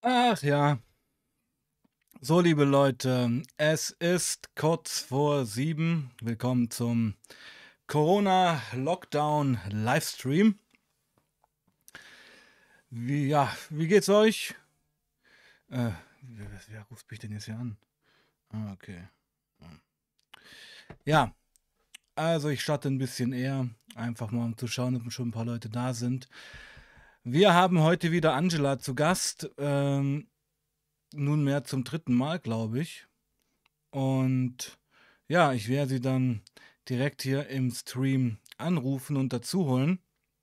Ach ja, so liebe Leute, es ist kurz vor 7. Willkommen zum Corona-Lockdown-Livestream. Wie geht's euch? Wer ruft mich denn jetzt hier an? Okay. Ja, also ich starte ein bisschen eher, einfach mal um zu schauen, ob schon ein paar Leute da sind. Wir haben heute wieder Angela zu Gast, nunmehr zum 3. Mal, glaube ich. Und ja, ich werde sie dann direkt hier im Stream anrufen und dazu holen.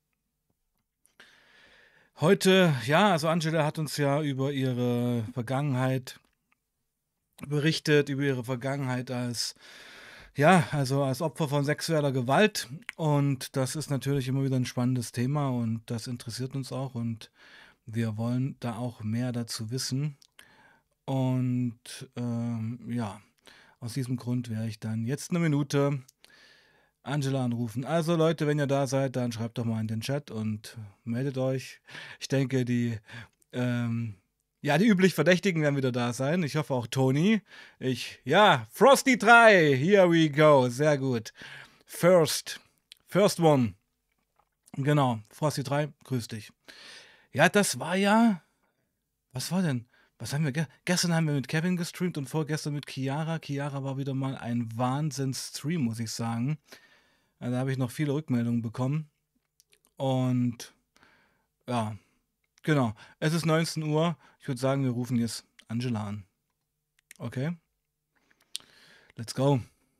Heute, ja, also Angela hat uns ja über ihre Vergangenheit berichtet, über ihre Vergangenheit als, ja, also als Opfer von sexueller Gewalt. Und das ist natürlich immer wieder ein spannendes Thema und das interessiert uns auch und wir wollen da auch mehr dazu wissen. Und ja, aus diesem Grund werde ich dann jetzt eine Minute Angela anrufen. Also Leute, wenn ihr da seid, dann schreibt doch mal in den Chat und meldet euch. Ich denke, die üblich Verdächtigen werden wieder da sein. Ich hoffe auch Toni. Frosty 3, here we go. Sehr gut. First one. Genau, Frosty 3, grüß dich. Ja, das war ja, was war denn? Was haben wir gestern haben wir mit Kevin gestreamt und vorgestern mit Chiara. Chiara war wieder mal ein Wahnsinns-Stream, muss ich sagen. Da habe ich noch viele Rückmeldungen bekommen. Und ja, genau. Es ist 19 Uhr. Ich würde sagen, wir rufen jetzt Angela an. Okay? Let's go.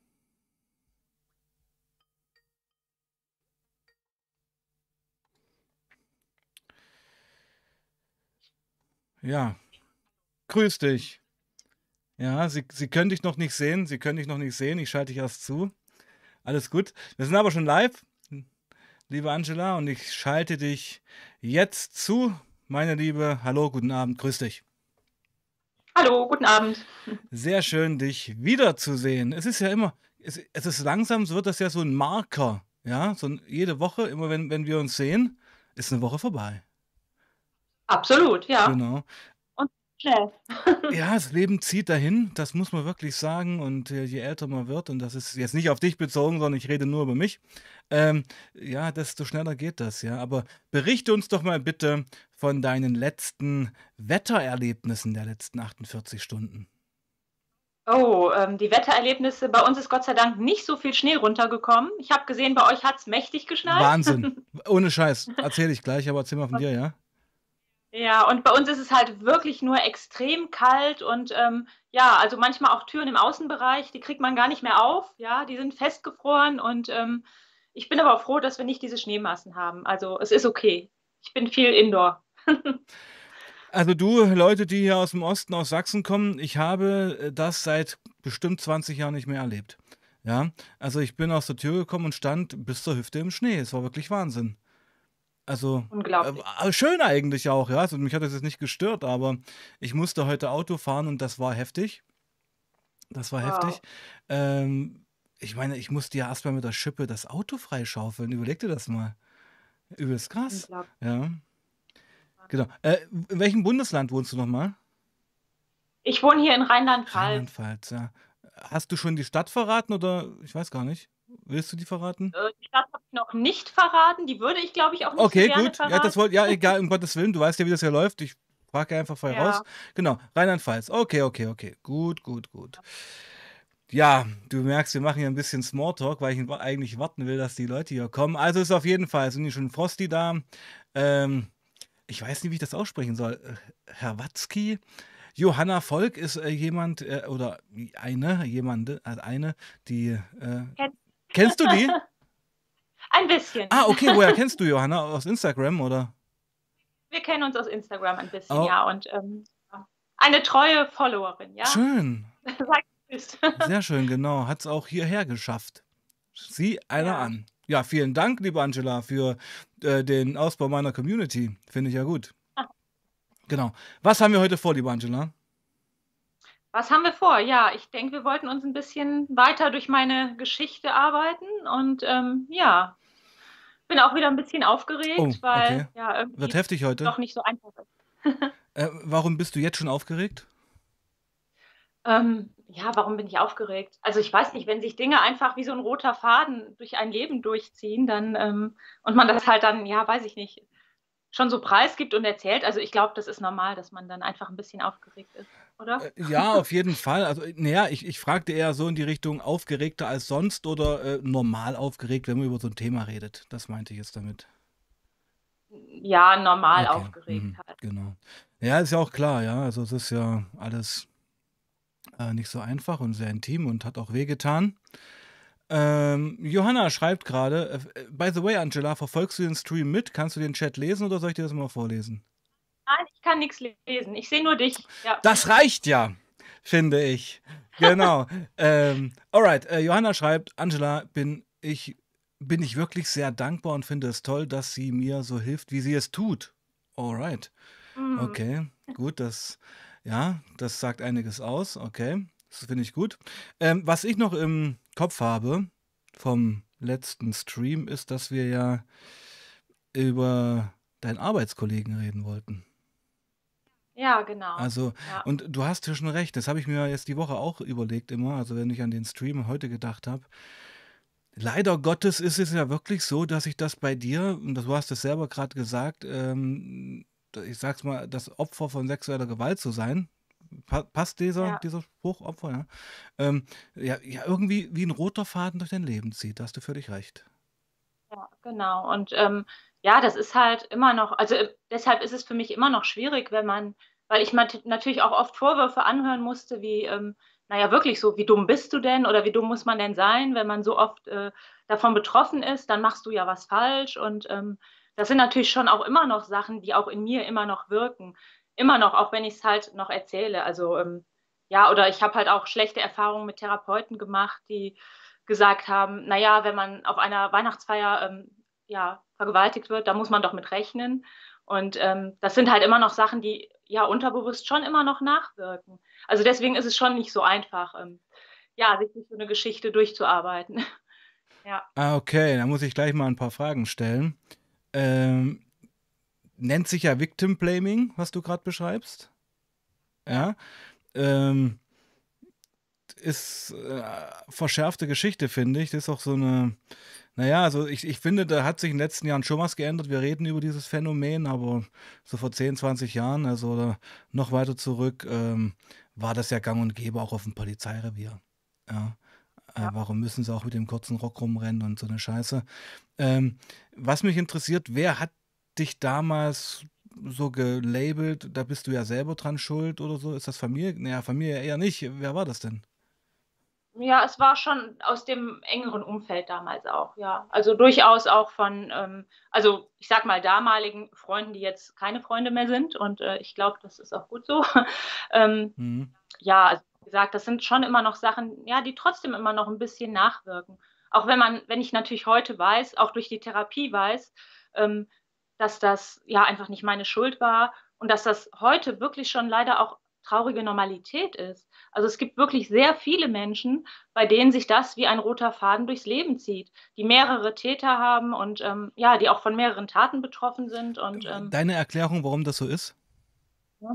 Ja, grüß dich. Ja, Sie können dich noch nicht sehen. Sie können dich noch nicht sehen. Ich schalte dich erst zu. Alles gut. Wir sind aber schon live, liebe Angela, und ich schalte dich jetzt zu. Meine Liebe, hallo, guten Abend, grüß dich. Hallo, guten Abend. Sehr schön, dich wiederzusehen. Es ist ja immer, es ist langsam, so wird das ja so ein Marker. Ja, jede Woche, immer wenn wir uns sehen, ist eine Woche vorbei. Absolut, ja. Genau. Und schnell. Ja, das Leben zieht dahin, das muss man wirklich sagen. Und je älter man wird, und das ist jetzt nicht auf dich bezogen, sondern ich rede nur über mich, ja, desto schneller geht das, ja. Aber berichte uns doch mal bitte von deinen letzten Wettererlebnissen der letzten 48 Stunden. Oh, die Wettererlebnisse. Bei uns ist Gott sei Dank nicht so viel Schnee runtergekommen. Ich habe gesehen, bei euch hat es mächtig geschneit. Wahnsinn. Ohne Scheiß. Erzähle ich gleich, aber erzähl mal von dir, ja? Ja, und bei uns ist es halt wirklich nur extrem kalt und ja, also manchmal auch Türen im Außenbereich, die kriegt man gar nicht mehr auf. Ja, die sind festgefroren und ich bin aber auch froh, dass wir nicht diese Schneemassen haben. Also es ist okay. Ich bin viel Indoor. Also du, Leute, die hier aus dem Osten, aus Sachsen kommen, ich habe das seit bestimmt 20 Jahren nicht mehr erlebt. Ja, also ich bin aus der Tür gekommen und stand bis zur Hüfte im Schnee. Es war wirklich Wahnsinn. Also Unglaublich. schön eigentlich auch, ja. Also mich hat das jetzt nicht gestört, aber ich musste heute Auto fahren und das war heftig. Das war heftig. Wow. Ich meine, ich musste ja erstmal mit der Schippe das Auto freischaufeln. Überleg dir das mal. Übelst krass. Unglaublich. Ja, genau. In welchem Bundesland wohnst du nochmal? Ich wohne hier in Rheinland-Pfalz. Rheinland-Pfalz, ja. Hast du schon die Stadt verraten oder ich weiß gar nicht. Willst du die verraten? Die Stadt habe ich noch nicht verraten. Die würde ich, glaube ich, auch nicht so Okay, gerne gut. Ja, verraten. ja, egal, um Gottes Willen. Du weißt ja, wie das hier läuft. Ich frage einfach frei raus. Ja. Genau, Rheinland-Pfalz. Okay. Gut, gut, gut. Ja, du merkst, wir machen hier ein bisschen Smalltalk, weil ich eigentlich warten will, dass die Leute hier kommen. Also ist auf jeden Fall, sind hier schon Frosty da. Ich weiß nicht, wie ich das aussprechen soll. Herr Watzki. Johanna Volk ist jemand, oder eine, die. Kennst du die? Ein bisschen. Ah, okay, woher kennst du Johanna? Aus Instagram, oder? Wir kennen uns aus Instagram ein bisschen, Oh, ja. Und eine treue Followerin, ja. schön. Sag tschüss. Sehr schön, genau. Hat es auch hierher geschafft. Sieh einer Ja. an. Ja, vielen Dank, liebe Angela, für den Ausbau meiner Community. Finde ich ja gut. Genau. Was haben wir heute vor, liebe Angela? Was haben wir vor? Ja, ich denke, wir wollten uns ein bisschen weiter durch meine Geschichte arbeiten und ja, bin auch wieder ein bisschen Oh, aufgeregt, okay. weil ja Wird irgendwie heftig heute. doch nicht so einfach ist. Warum bist du jetzt schon aufgeregt? Ja, warum bin ich aufgeregt? Also ich weiß nicht, wenn sich Dinge einfach wie so ein roter Faden durch ein Leben durchziehen, dann und man das halt dann, ja, weiß ich nicht, schon so preisgibt und erzählt. Also ich glaube, das ist normal, dass man dann einfach ein bisschen aufgeregt ist, oder? Ja, auf jeden Fall. Also, naja, ich fragte eher so in die Richtung aufgeregter als sonst oder normal aufgeregt, wenn man über so ein Thema redet. Das meinte ich jetzt damit. Ja, normal Okay, aufgeregt halt. genau. Ja, ist ja auch klar, ja. Also es ist ja alles nicht so einfach und sehr intim und hat auch wehgetan. Johanna schreibt gerade, by the way, Angela, verfolgst du den Stream mit? Kannst du den Chat lesen oder soll ich dir das mal vorlesen? Nein, ich kann nichts lesen. Ich sehe nur dich. Ja. Das reicht ja, finde ich. Genau. Alright, Johanna schreibt, Angela, bin ich wirklich sehr dankbar und finde es toll, dass sie mir so hilft, wie sie es tut. Alright. Hm. Okay, gut, ja, das sagt einiges aus. Okay, das finde ich gut. Was ich noch im Kopf habe vom letzten Stream ist, dass wir ja über deinen Arbeitskollegen reden wollten. Ja, genau. Also, Ja. und du hast ja schon recht, das habe ich mir jetzt die Woche auch überlegt immer, also wenn ich an den Stream heute gedacht habe. Leider Gottes ist es ja wirklich so, dass ich das bei dir, und du hast es selber gerade gesagt, ich sag's mal, das Opfer von sexueller Gewalt zu sein, passt Ja. dieser Spruch, Opfer, ja? Ja, irgendwie wie ein roter Faden durch dein Leben zieht, da hast du völlig recht. Ja, genau. Und ja, das ist halt immer noch, also deshalb ist es für mich immer noch schwierig, wenn man, weil ich natürlich auch oft Vorwürfe anhören musste, wie, naja, wirklich so, wie dumm bist du denn oder wie dumm muss man denn sein, wenn man so oft davon betroffen ist, dann machst du ja was falsch. Und das sind natürlich schon auch immer noch Sachen, die auch in mir immer noch wirken. Immer noch, auch wenn ich es halt noch erzähle. Also ja, oder ich habe halt auch schlechte Erfahrungen mit Therapeuten gemacht, die gesagt haben, naja, wenn man auf einer Weihnachtsfeier ja, vergewaltigt wird, da muss man doch mit rechnen. Und das sind halt immer noch Sachen, die ja unterbewusst schon immer noch nachwirken. Also deswegen ist es schon nicht so einfach, ja, sich durch so eine Geschichte durchzuarbeiten. Ja. Ah, okay, da muss ich gleich mal ein paar Fragen stellen. Ähm, Nennt sich ja Victim Blaming, was du gerade beschreibst. Ja. Ja. Ähm, ist verschärfte Geschichte, finde ich. Das ist auch so eine, naja, also ich finde, da hat sich in den letzten Jahren schon was geändert. Wir reden über dieses Phänomen, aber so vor 10, 20 Jahren, also oder noch weiter zurück, war das ja gang und gäbe auch auf dem Polizeirevier. Ja. Ja. Warum müssen sie auch mit dem kurzen Rock rumrennen und so eine Scheiße? Ähm, Was mich interessiert, wer hat dich damals so gelabelt? Da bist du ja selber dran schuld oder so? Ist das Familie? Naja, Familie eher nicht. Wer war das denn? Ja, es war schon aus dem engeren Umfeld damals auch, ja. Also durchaus auch von, also ich sag mal, damaligen Freunden, die jetzt keine Freunde mehr sind. Und ich glaube, das ist auch gut so. ähm, Mhm. ja, also wie gesagt, das sind schon immer noch Sachen, ja, die trotzdem immer noch ein bisschen nachwirken. Auch wenn ich natürlich heute weiß, auch durch die Therapie weiß, ähm, dass das ja einfach nicht meine Schuld war und dass das heute wirklich schon leider auch traurige Normalität ist. Also es gibt wirklich sehr viele Menschen, bei denen sich das wie ein roter Faden durchs Leben zieht, die mehrere Täter haben und ja, die auch von mehreren Taten betroffen sind. Und Deine Erklärung, warum das so ist? ja.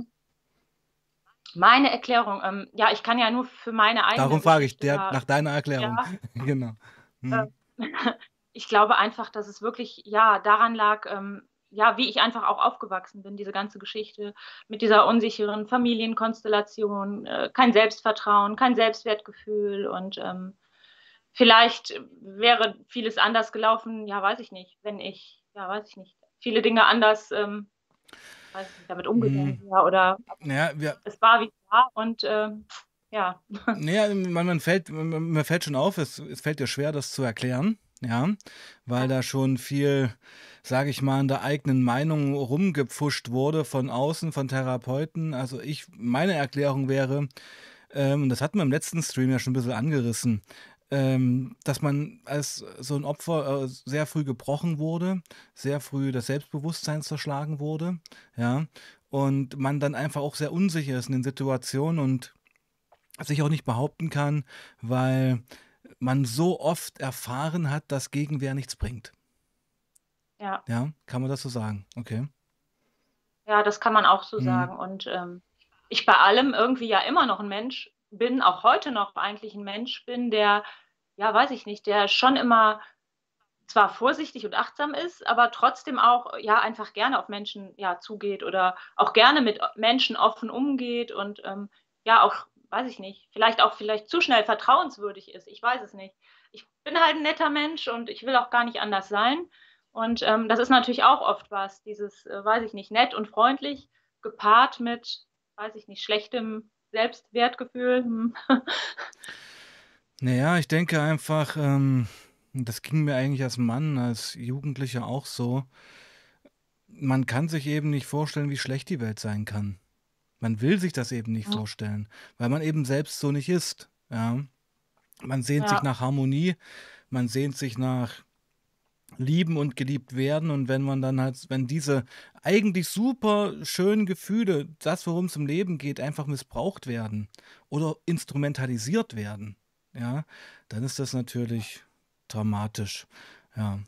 Meine Erklärung, ja, ich kann ja nur für meine eigene Darum frage ich Geschichte der, da, nach deiner ja, Erklärung. Genau. äh, Mhm. ich glaube einfach, dass es wirklich, ja, daran lag, ja, wie ich einfach auch aufgewachsen bin, diese ganze Geschichte mit dieser unsicheren Familienkonstellation, kein Selbstvertrauen, kein Selbstwertgefühl und vielleicht wäre vieles anders gelaufen, ja, weiß ich nicht, wenn ich, ja, weiß ich nicht, viele Dinge anders, weiß ich nicht, damit umgegangen Mhm. wäre oder Ja, es war, wie es war und ja. naja, mir fällt schon auf, es fällt dir schwer, das zu erklären, ja, weil da schon viel, sage ich mal, in der eigenen Meinung rumgepfuscht wurde von außen, von Therapeuten. Also meine Erklärung wäre, und das hatten wir im letzten Stream ja schon ein bisschen angerissen, dass man als so ein Opfer sehr früh gebrochen wurde, sehr früh das Selbstbewusstsein zerschlagen wurde, ja, und man dann einfach auch sehr unsicher ist in den Situationen und sich auch nicht behaupten kann, weil man so oft erfahren hat, dass Gegenwehr nichts bringt. Ja, Ja, kann man das so sagen? Okay. Ja, das kann man auch so Hm. sagen. Und ich bei allem irgendwie ja immer noch ein Mensch bin, auch heute noch eigentlich ein Mensch bin, der, ja, weiß ich nicht, der schon immer zwar vorsichtig und achtsam ist, aber trotzdem auch ja einfach gerne auf Menschen ja zugeht oder auch gerne mit Menschen offen umgeht und ja auch, weiß ich nicht, vielleicht auch vielleicht zu schnell vertrauenswürdig ist. Ich weiß es nicht. Ich bin halt ein netter Mensch und ich will auch gar nicht anders sein. Und das ist natürlich auch oft was, dieses, weiß ich nicht, nett und freundlich gepaart mit, weiß ich nicht, schlechtem Selbstwertgefühl. Hm. Naja, ich denke einfach, das ging mir eigentlich als Mann, als Jugendlicher auch so. Man kann sich eben nicht vorstellen, wie schlecht die Welt sein kann. Man will sich das eben nicht vorstellen, weil man eben selbst so nicht ist. Ja. Man sehnt sich Ja, nach Harmonie, man sehnt sich nach lieben und geliebt werden und wenn man dann halt, wenn diese eigentlich super schönen Gefühle, das, worum es im Leben geht, einfach missbraucht werden oder instrumentalisiert werden, ja, dann ist das natürlich dramatisch. Ja.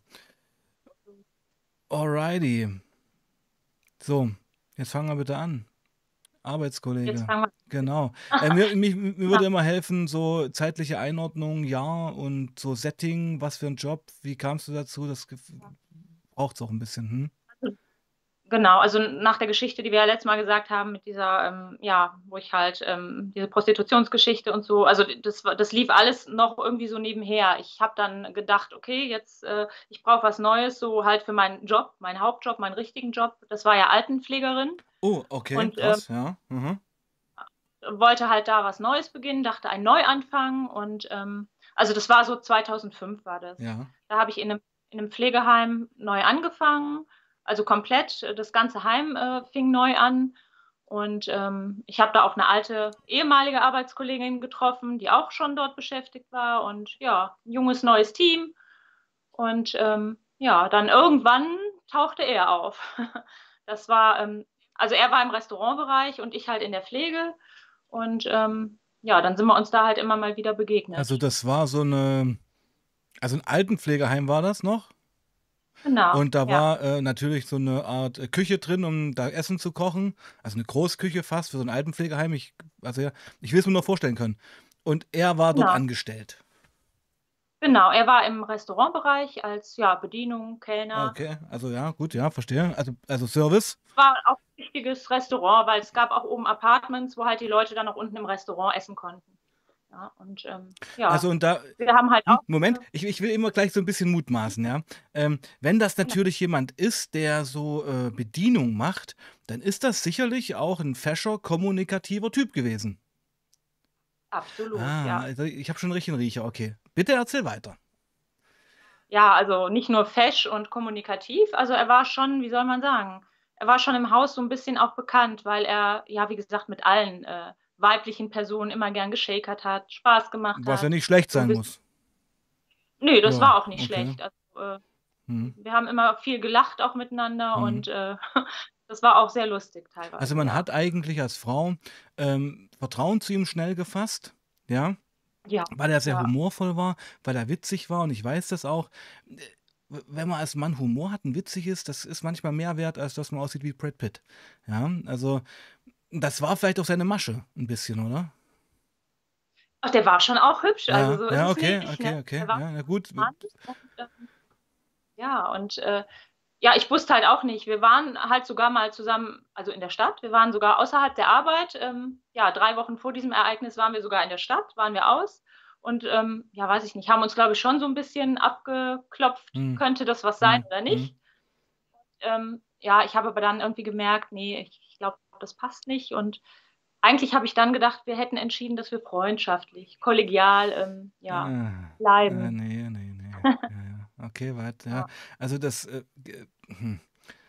Alrighty. So, jetzt fangen wir bitte an. jetzt Arbeitskollege. fangen wir. Genau. Mir würde immer helfen, so zeitliche Einordnung, ja, und so Setting, was für ein Job, wie kamst du dazu? Das braucht es auch ein bisschen. Hm? Genau, also nach der Geschichte, die wir ja letztes Mal gesagt haben, mit dieser, ja, wo ich halt diese Prostitutionsgeschichte und so, also das lief alles noch irgendwie so nebenher. Ich habe dann gedacht, okay, jetzt, ich brauche was Neues, so halt für meinen Job, meinen Hauptjob, meinen richtigen Job. Das war ja Altenpflegerin Oh, okay, und krass, ja. Mhm. wollte halt da was Neues beginnen, dachte ein Neuanfang und also das war so 2005 war das. Ja. Da habe ich in einem Pflegeheim neu angefangen, also komplett das ganze Heim fing neu an und ich habe da auch eine alte ehemalige Arbeitskollegin getroffen, die auch schon dort beschäftigt war und ja, ein junges neues Team und ja, dann irgendwann tauchte er auf. Das war, also er war im Restaurantbereich und ich halt in der Pflege. Und ja, dann sind wir uns da halt immer mal wieder Also begegnet. das war so eine, also ein Altenpflegeheim war das noch. Genau, Und da ja, war natürlich so eine Art Küche drin, um da Essen zu kochen. Also eine Großküche fast für so ein Altenpflegeheim. Also ja, ich will es mir nur vorstellen können. Und er war dort genau. angestellt. Genau, er war im Restaurantbereich als ja, Bedienung, Kellner. Okay, also ja, gut, ja, verstehe. Also Service. War auch ein wichtiges Restaurant, weil es gab auch oben Apartments, wo halt die Leute dann auch unten im Restaurant essen konnten. Ja, und Also ja, und da, wir haben halt auch, Moment, ich will immer gleich so ein bisschen mutmaßen, ja. Wenn das ja, natürlich jemand ist, der so Bedienung macht, dann ist das sicherlich auch ein fescher, kommunikativer Typ gewesen. absolut, Ah, ja. also ich habe schon einen richtigen Riecher, okay. Bitte erzähl weiter. Ja, also nicht nur fesch und kommunikativ, also er war schon, wie soll man sagen, er war schon im Haus so ein bisschen auch bekannt, weil er, ja, wie gesagt, mit allen weiblichen Personen immer gern geschakert hat, Spaß gemacht Was ja hat. nicht schlecht So ein sein bisschen. muss. Nö, das Ja, war auch nicht okay. schlecht. Also, Hm. wir haben immer viel gelacht auch miteinander Hm. und das war auch sehr lustig Also teilweise, man ja. hat eigentlich als Frau Vertrauen zu ihm schnell gefasst, ja, Ja, weil er sehr ja, humorvoll war, weil er witzig war und ich weiß das auch. Wenn man als Mann Humor hat und witzig ist, das ist manchmal mehr wert, als dass man aussieht wie Brad Pitt. Ja, also das war vielleicht auch seine Masche ein bisschen, oder? ach, der war schon auch hübsch, also Ja, so ist ja, es okay, nicht, ne? okay, okay, Der war ja, na gut. charmant und ja, und ja, ich wusste halt auch nicht. Wir waren halt sogar mal zusammen, also in der Stadt. Wir waren sogar außerhalb der Arbeit. Ja, 3 Wochen vor diesem Ereignis waren wir sogar in der Stadt, waren wir aus. Und ja, weiß ich nicht, haben uns, glaube ich, schon so ein bisschen abgeklopft, Hm, könnte das was sein hm, oder hm. nicht. Ja, ich habe aber dann irgendwie gemerkt, nee, ich glaube, das passt nicht. Und eigentlich habe ich dann gedacht, wir hätten entschieden, dass wir freundschaftlich, kollegial, ja, bleiben. Nee, nee, nee. Ja, ja. Okay, warte, ja. Ja. Also hm.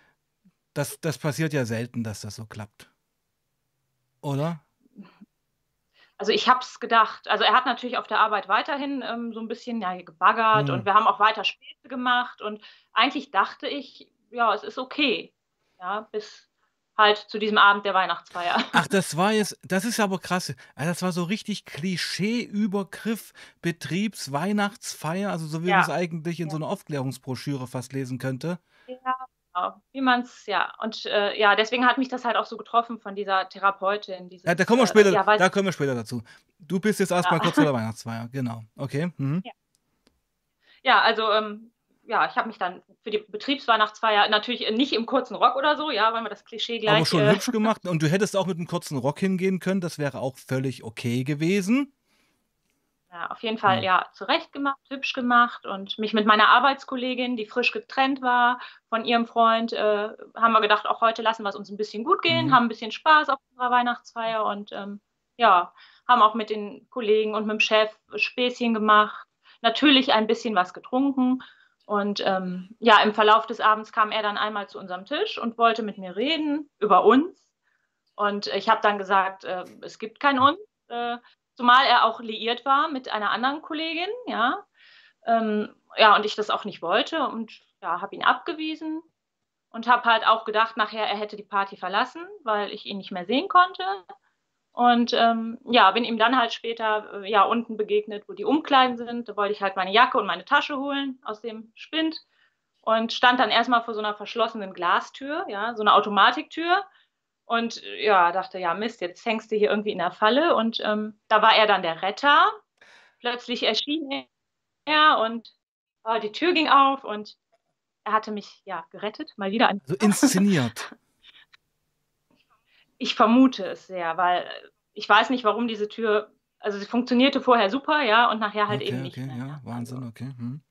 Das passiert ja selten, dass das so klappt, oder? Also ich habe es gedacht. Also er hat natürlich auf der Arbeit weiterhin so ein bisschen ja, gebaggert Hm. und wir haben auch weiter Späße gemacht und eigentlich dachte ich, ja, es ist okay. Ja, bis halt zu diesem Abend der Weihnachtsfeier. Ach, das ist aber krass. Das war so richtig Klischee-Übergriff, Betriebsweihnachtsfeier, also so wie man es Ja, eigentlich in ja, so einer Aufklärungsbroschüre fast lesen könnte. ja. Genau, wie man es, ja. Und ja, deswegen hat mich das halt auch so getroffen von dieser Therapeutin, Ja, dieses, ja, weiß da kommen wir später dazu. Du bist jetzt ja. erstmal kurz vor der Weihnachtsfeier, genau. Okay. Mhm. Ja, ja, also ja, ich habe mich dann für die Betriebsweihnachtsfeier natürlich nicht im kurzen Rock oder so, ja, wollen wir das Klischee Aber gleich. schon hübsch gemacht. Und du hättest auch mit einem kurzen Rock hingehen können, das wäre auch völlig okay gewesen. Ja, auf jeden Fall, Hm. ja, zurecht gemacht, hübsch gemacht und mich mit meiner Arbeitskollegin, die frisch getrennt war, von ihrem Freund, haben wir gedacht, auch heute lassen wir es uns ein bisschen gut gehen, Mhm. haben ein bisschen Spaß auf unserer Weihnachtsfeier und ja, haben auch mit den Kollegen und mit dem Chef Späßchen gemacht, natürlich ein bisschen was getrunken und ja, im Verlauf des Abends kam er dann einmal zu unserem Tisch und wollte mit mir reden über uns und ich habe dann gesagt, es gibt kein uns. Äh, Zumal er auch liiert war mit einer anderen Kollegin, ja. Ja, und ich das auch nicht wollte und ja, habe ihn abgewiesen und habe halt auch gedacht, nachher er hätte die Party verlassen, weil ich ihn nicht mehr sehen konnte. Und ja, bin ihm dann halt später ja unten begegnet, wo die Umkleiden sind. Da wollte ich halt meine Jacke und meine Tasche holen aus dem Spind und stand dann erstmal vor so einer verschlossenen Glastür, ja, so eine Automatiktür. Und ja, dachte, ja, Mist, jetzt hängst du hier irgendwie in der Falle. Und da war er dann der Retter. Plötzlich erschien er und die Tür ging auf und er hatte mich ja gerettet, mal wieder ein. So inszeniert. Ich vermute es sehr, weil ich weiß nicht, warum diese Tür, also sie funktionierte vorher super, ja, und nachher halt eben Okay, nicht okay, mehr. ja, Ja, Wahnsinn, also, okay. Hm.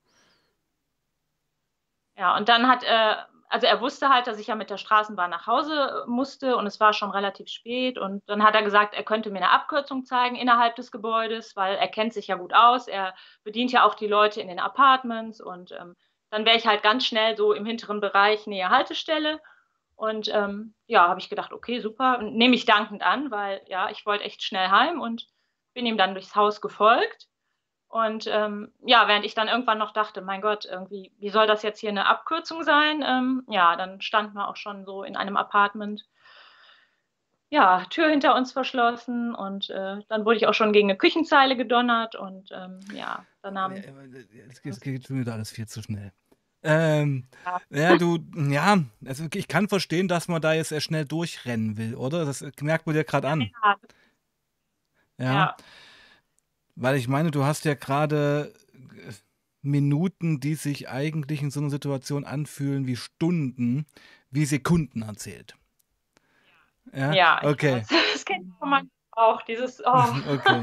ja, und dann hat, also er wusste halt, dass ich ja mit der Straßenbahn nach Hause musste und es war schon relativ spät. Und dann hat er gesagt, er könnte mir eine Abkürzung zeigen innerhalb des Gebäudes, weil er kennt sich ja gut aus. Er bedient ja auch die Leute in den Apartments und dann wäre ich halt ganz schnell so im hinteren Bereich nähe Haltestelle. Und ja, habe ich gedacht, okay, super, nehme ich dankend an, weil ja, ich wollte echt schnell heim und bin ihm dann durchs Haus gefolgt. Und ja, während ich dann irgendwann noch dachte, mein Gott, irgendwie, wie soll das jetzt hier eine Abkürzung sein? Ja, dann standen wir auch schon so in einem Apartment. Ja, Tür hinter uns verschlossen und dann wurde ich auch schon gegen eine Küchenzeile gedonnert und ja, dann nahm. Es geht schon wieder alles viel zu schnell. Ähm, Ja, ja, ja, also ich kann verstehen, dass man da jetzt sehr schnell durchrennen will, oder? Das merkt man dir gerade an. ja, Ja, ja, weil ich meine, du hast ja gerade Minuten, die sich eigentlich in so einer Situation anfühlen wie Stunden, wie Sekunden erzählt. Ja, ja, ich okay, weiß. Das kennt man auch, dieses, oh. okay.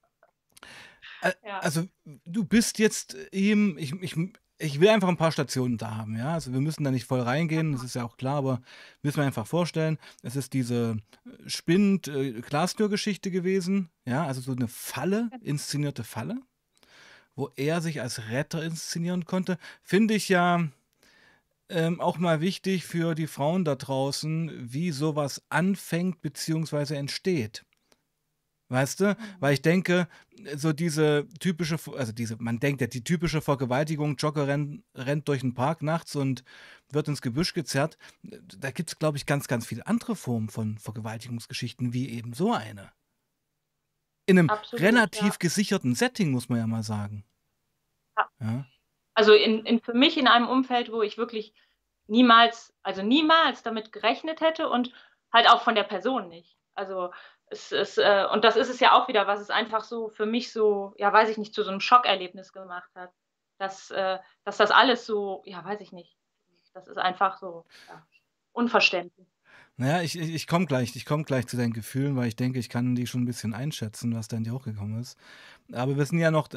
Ja, Also, du bist jetzt ihm, ich will einfach ein paar Stationen da haben, ja. Also wir müssen da nicht voll reingehen, das ist ja auch klar, aber müssen wir einfach vorstellen, es ist diese Glastür-Geschichte gewesen, ja, also so eine Falle, inszenierte Falle, wo er sich als Retter inszenieren konnte. Finde ich ja auch mal wichtig für die Frauen da draußen, wie sowas anfängt beziehungsweise entsteht. Weißt du? Weil ich denke, so diese typische, also diese, man denkt ja, die typische Vergewaltigung, Jogger rennt durch den Park nachts und wird ins Gebüsch gezerrt. Da gibt es, glaube ich, ganz, ganz viele andere Formen von Vergewaltigungsgeschichten, wie eben so eine. In einem absolut, relativ ja. gesicherten Setting, muss man ja mal sagen. Ja. Ja. Also für mich in einem Umfeld, wo ich wirklich niemals, also niemals damit gerechnet hätte und halt auch von der Person nicht. Also es ist, und das ist es ja auch wieder, was es einfach so für mich so, ja, weiß ich nicht, zu so einem Schockerlebnis gemacht hat. Dass das alles so, ja, weiß ich nicht. Das ist einfach so, ja, unverständlich. Naja, ich komm gleich zu deinen Gefühlen, weil ich denke, ich kann die schon ein bisschen einschätzen, was da in dir hochgekommen ist. Aber wir sind ja noch,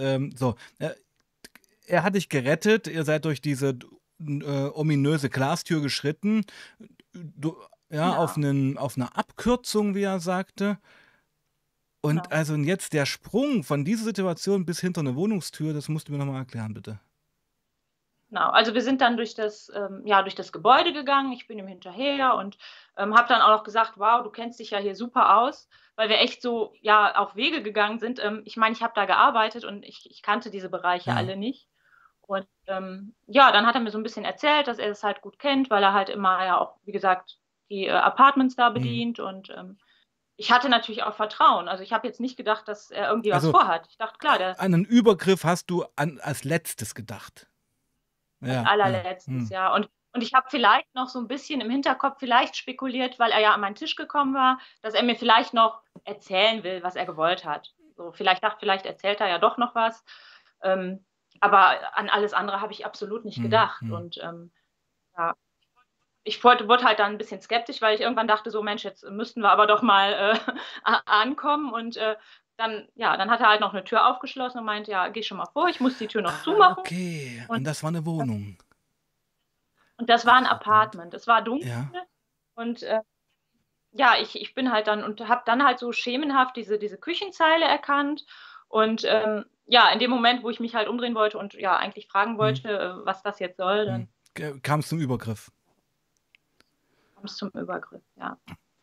er hat dich gerettet, ihr seid durch diese ominöse Glastür geschritten, du, ja, Genau, auf eine Abkürzung, wie er sagte. Und genau. also jetzt der Sprung von dieser Situation bis hinter eine Wohnungstür, das musst du mir nochmal erklären, bitte. Genau, also wir sind dann ja, durch das Gebäude gegangen, ich bin ihm hinterher und habe dann auch noch gesagt, wow, du kennst dich ja hier super aus, weil wir echt so ja auf Wege gegangen sind. Ich meine, ich habe da gearbeitet und ich kannte diese Bereiche Ja. alle nicht. Und ja, dann hat er mir so ein bisschen erzählt, dass er es halt gut kennt, weil er halt immer ja auch, wie gesagt, die Apartments da Mhm. bedient und ich hatte natürlich auch Vertrauen. Also ich habe jetzt nicht gedacht, dass er irgendwie was Also vorhat. Ich dachte, klar, der an einen Übergriff hast du als letztes gedacht. als Ja, ja. allerletztes, Hm. ja. Und Und ich habe vielleicht noch so ein bisschen im Hinterkopf vielleicht spekuliert, weil er ja an meinen Tisch gekommen war, dass er mir vielleicht noch erzählen will, was er gewollt hat. So, vielleicht erzählt er ja doch noch was. Ähm, aber an alles andere habe ich absolut nicht Hm, gedacht. hm. Und ja, wurde halt dann ein bisschen skeptisch, weil ich irgendwann dachte, so Mensch, jetzt müssten wir aber doch mal ankommen. Und dann hat er halt noch eine Tür aufgeschlossen und meint, ja, geh schon mal vor, ich muss die Tür noch Ah, zumachen. okay. Und, Und das war eine Wohnung. und das war ein Apartment. Apartment. Es war dunkel Ja. und ja, ich bin halt dann und habe dann halt so schemenhaft diese Küchenzeile erkannt. Und ja, in dem Moment, wo ich mich halt umdrehen wollte und ja, eigentlich fragen Hm, wollte, was das jetzt soll, hm. dann Kam es zum Übergriff. kam es zum Übergriff, ja.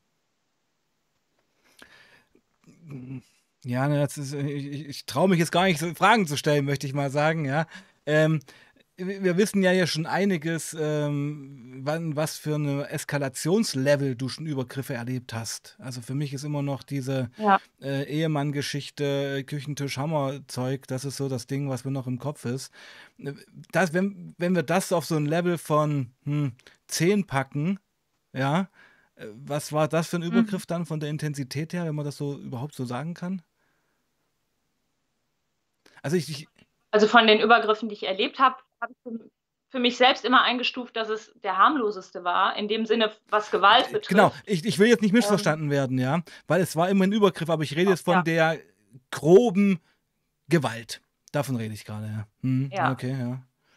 Ja, ne, ich traue mich jetzt gar nicht, so Fragen zu stellen, möchte ich mal sagen, ja. Ähm, wir wissen ja hier schon einiges, was für eine Eskalationslevel du schon Übergriffe erlebt hast. Also für mich ist immer noch diese Ja. Ehemann-Geschichte, Küchentisch-Hammer-Zeug, das ist so das Ding, was mir noch im Kopf ist. Wenn wir das auf so ein Level von 10 packen, ja, was war das für ein Mhm. Übergriff dann von der Intensität her, wenn man das so überhaupt so sagen kann? Also Also von den Übergriffen, die ich erlebt habe, habe ich für mich selbst immer eingestuft, dass es der harmloseste war, in dem Sinne, was Gewalt genau, betrifft. ich will jetzt nicht Ähm, missverstanden werden, ja, weil es war immer ein Übergriff, aber ich rede jetzt von ja, der groben Gewalt. Davon rede ich gerade, ja. ja. Okay, ja.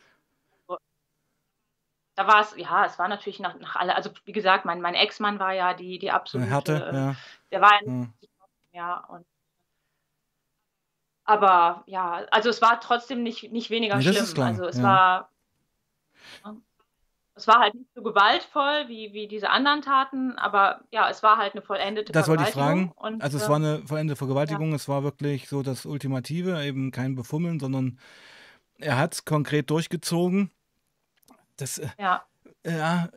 Da war es, ja, es war natürlich nach alle, also wie gesagt, mein Ex-Mann war ja die Härte, absolute, ja. der war ja nicht Ja. mehr. Und, aber ja, also es war trotzdem nicht weniger Nee, das ist schlimm. klar, Also ja. ne, es war halt nicht so gewaltvoll wie diese anderen Taten, aber ja, es war halt eine vollendete Das wollte ich Vergewaltigung. fragen. Und Also es war eine vollendete ja, Vergewaltigung, es war wirklich so das Ultimative, eben kein Befummeln, sondern er hat es konkret durchgezogen. Das, ja. ja,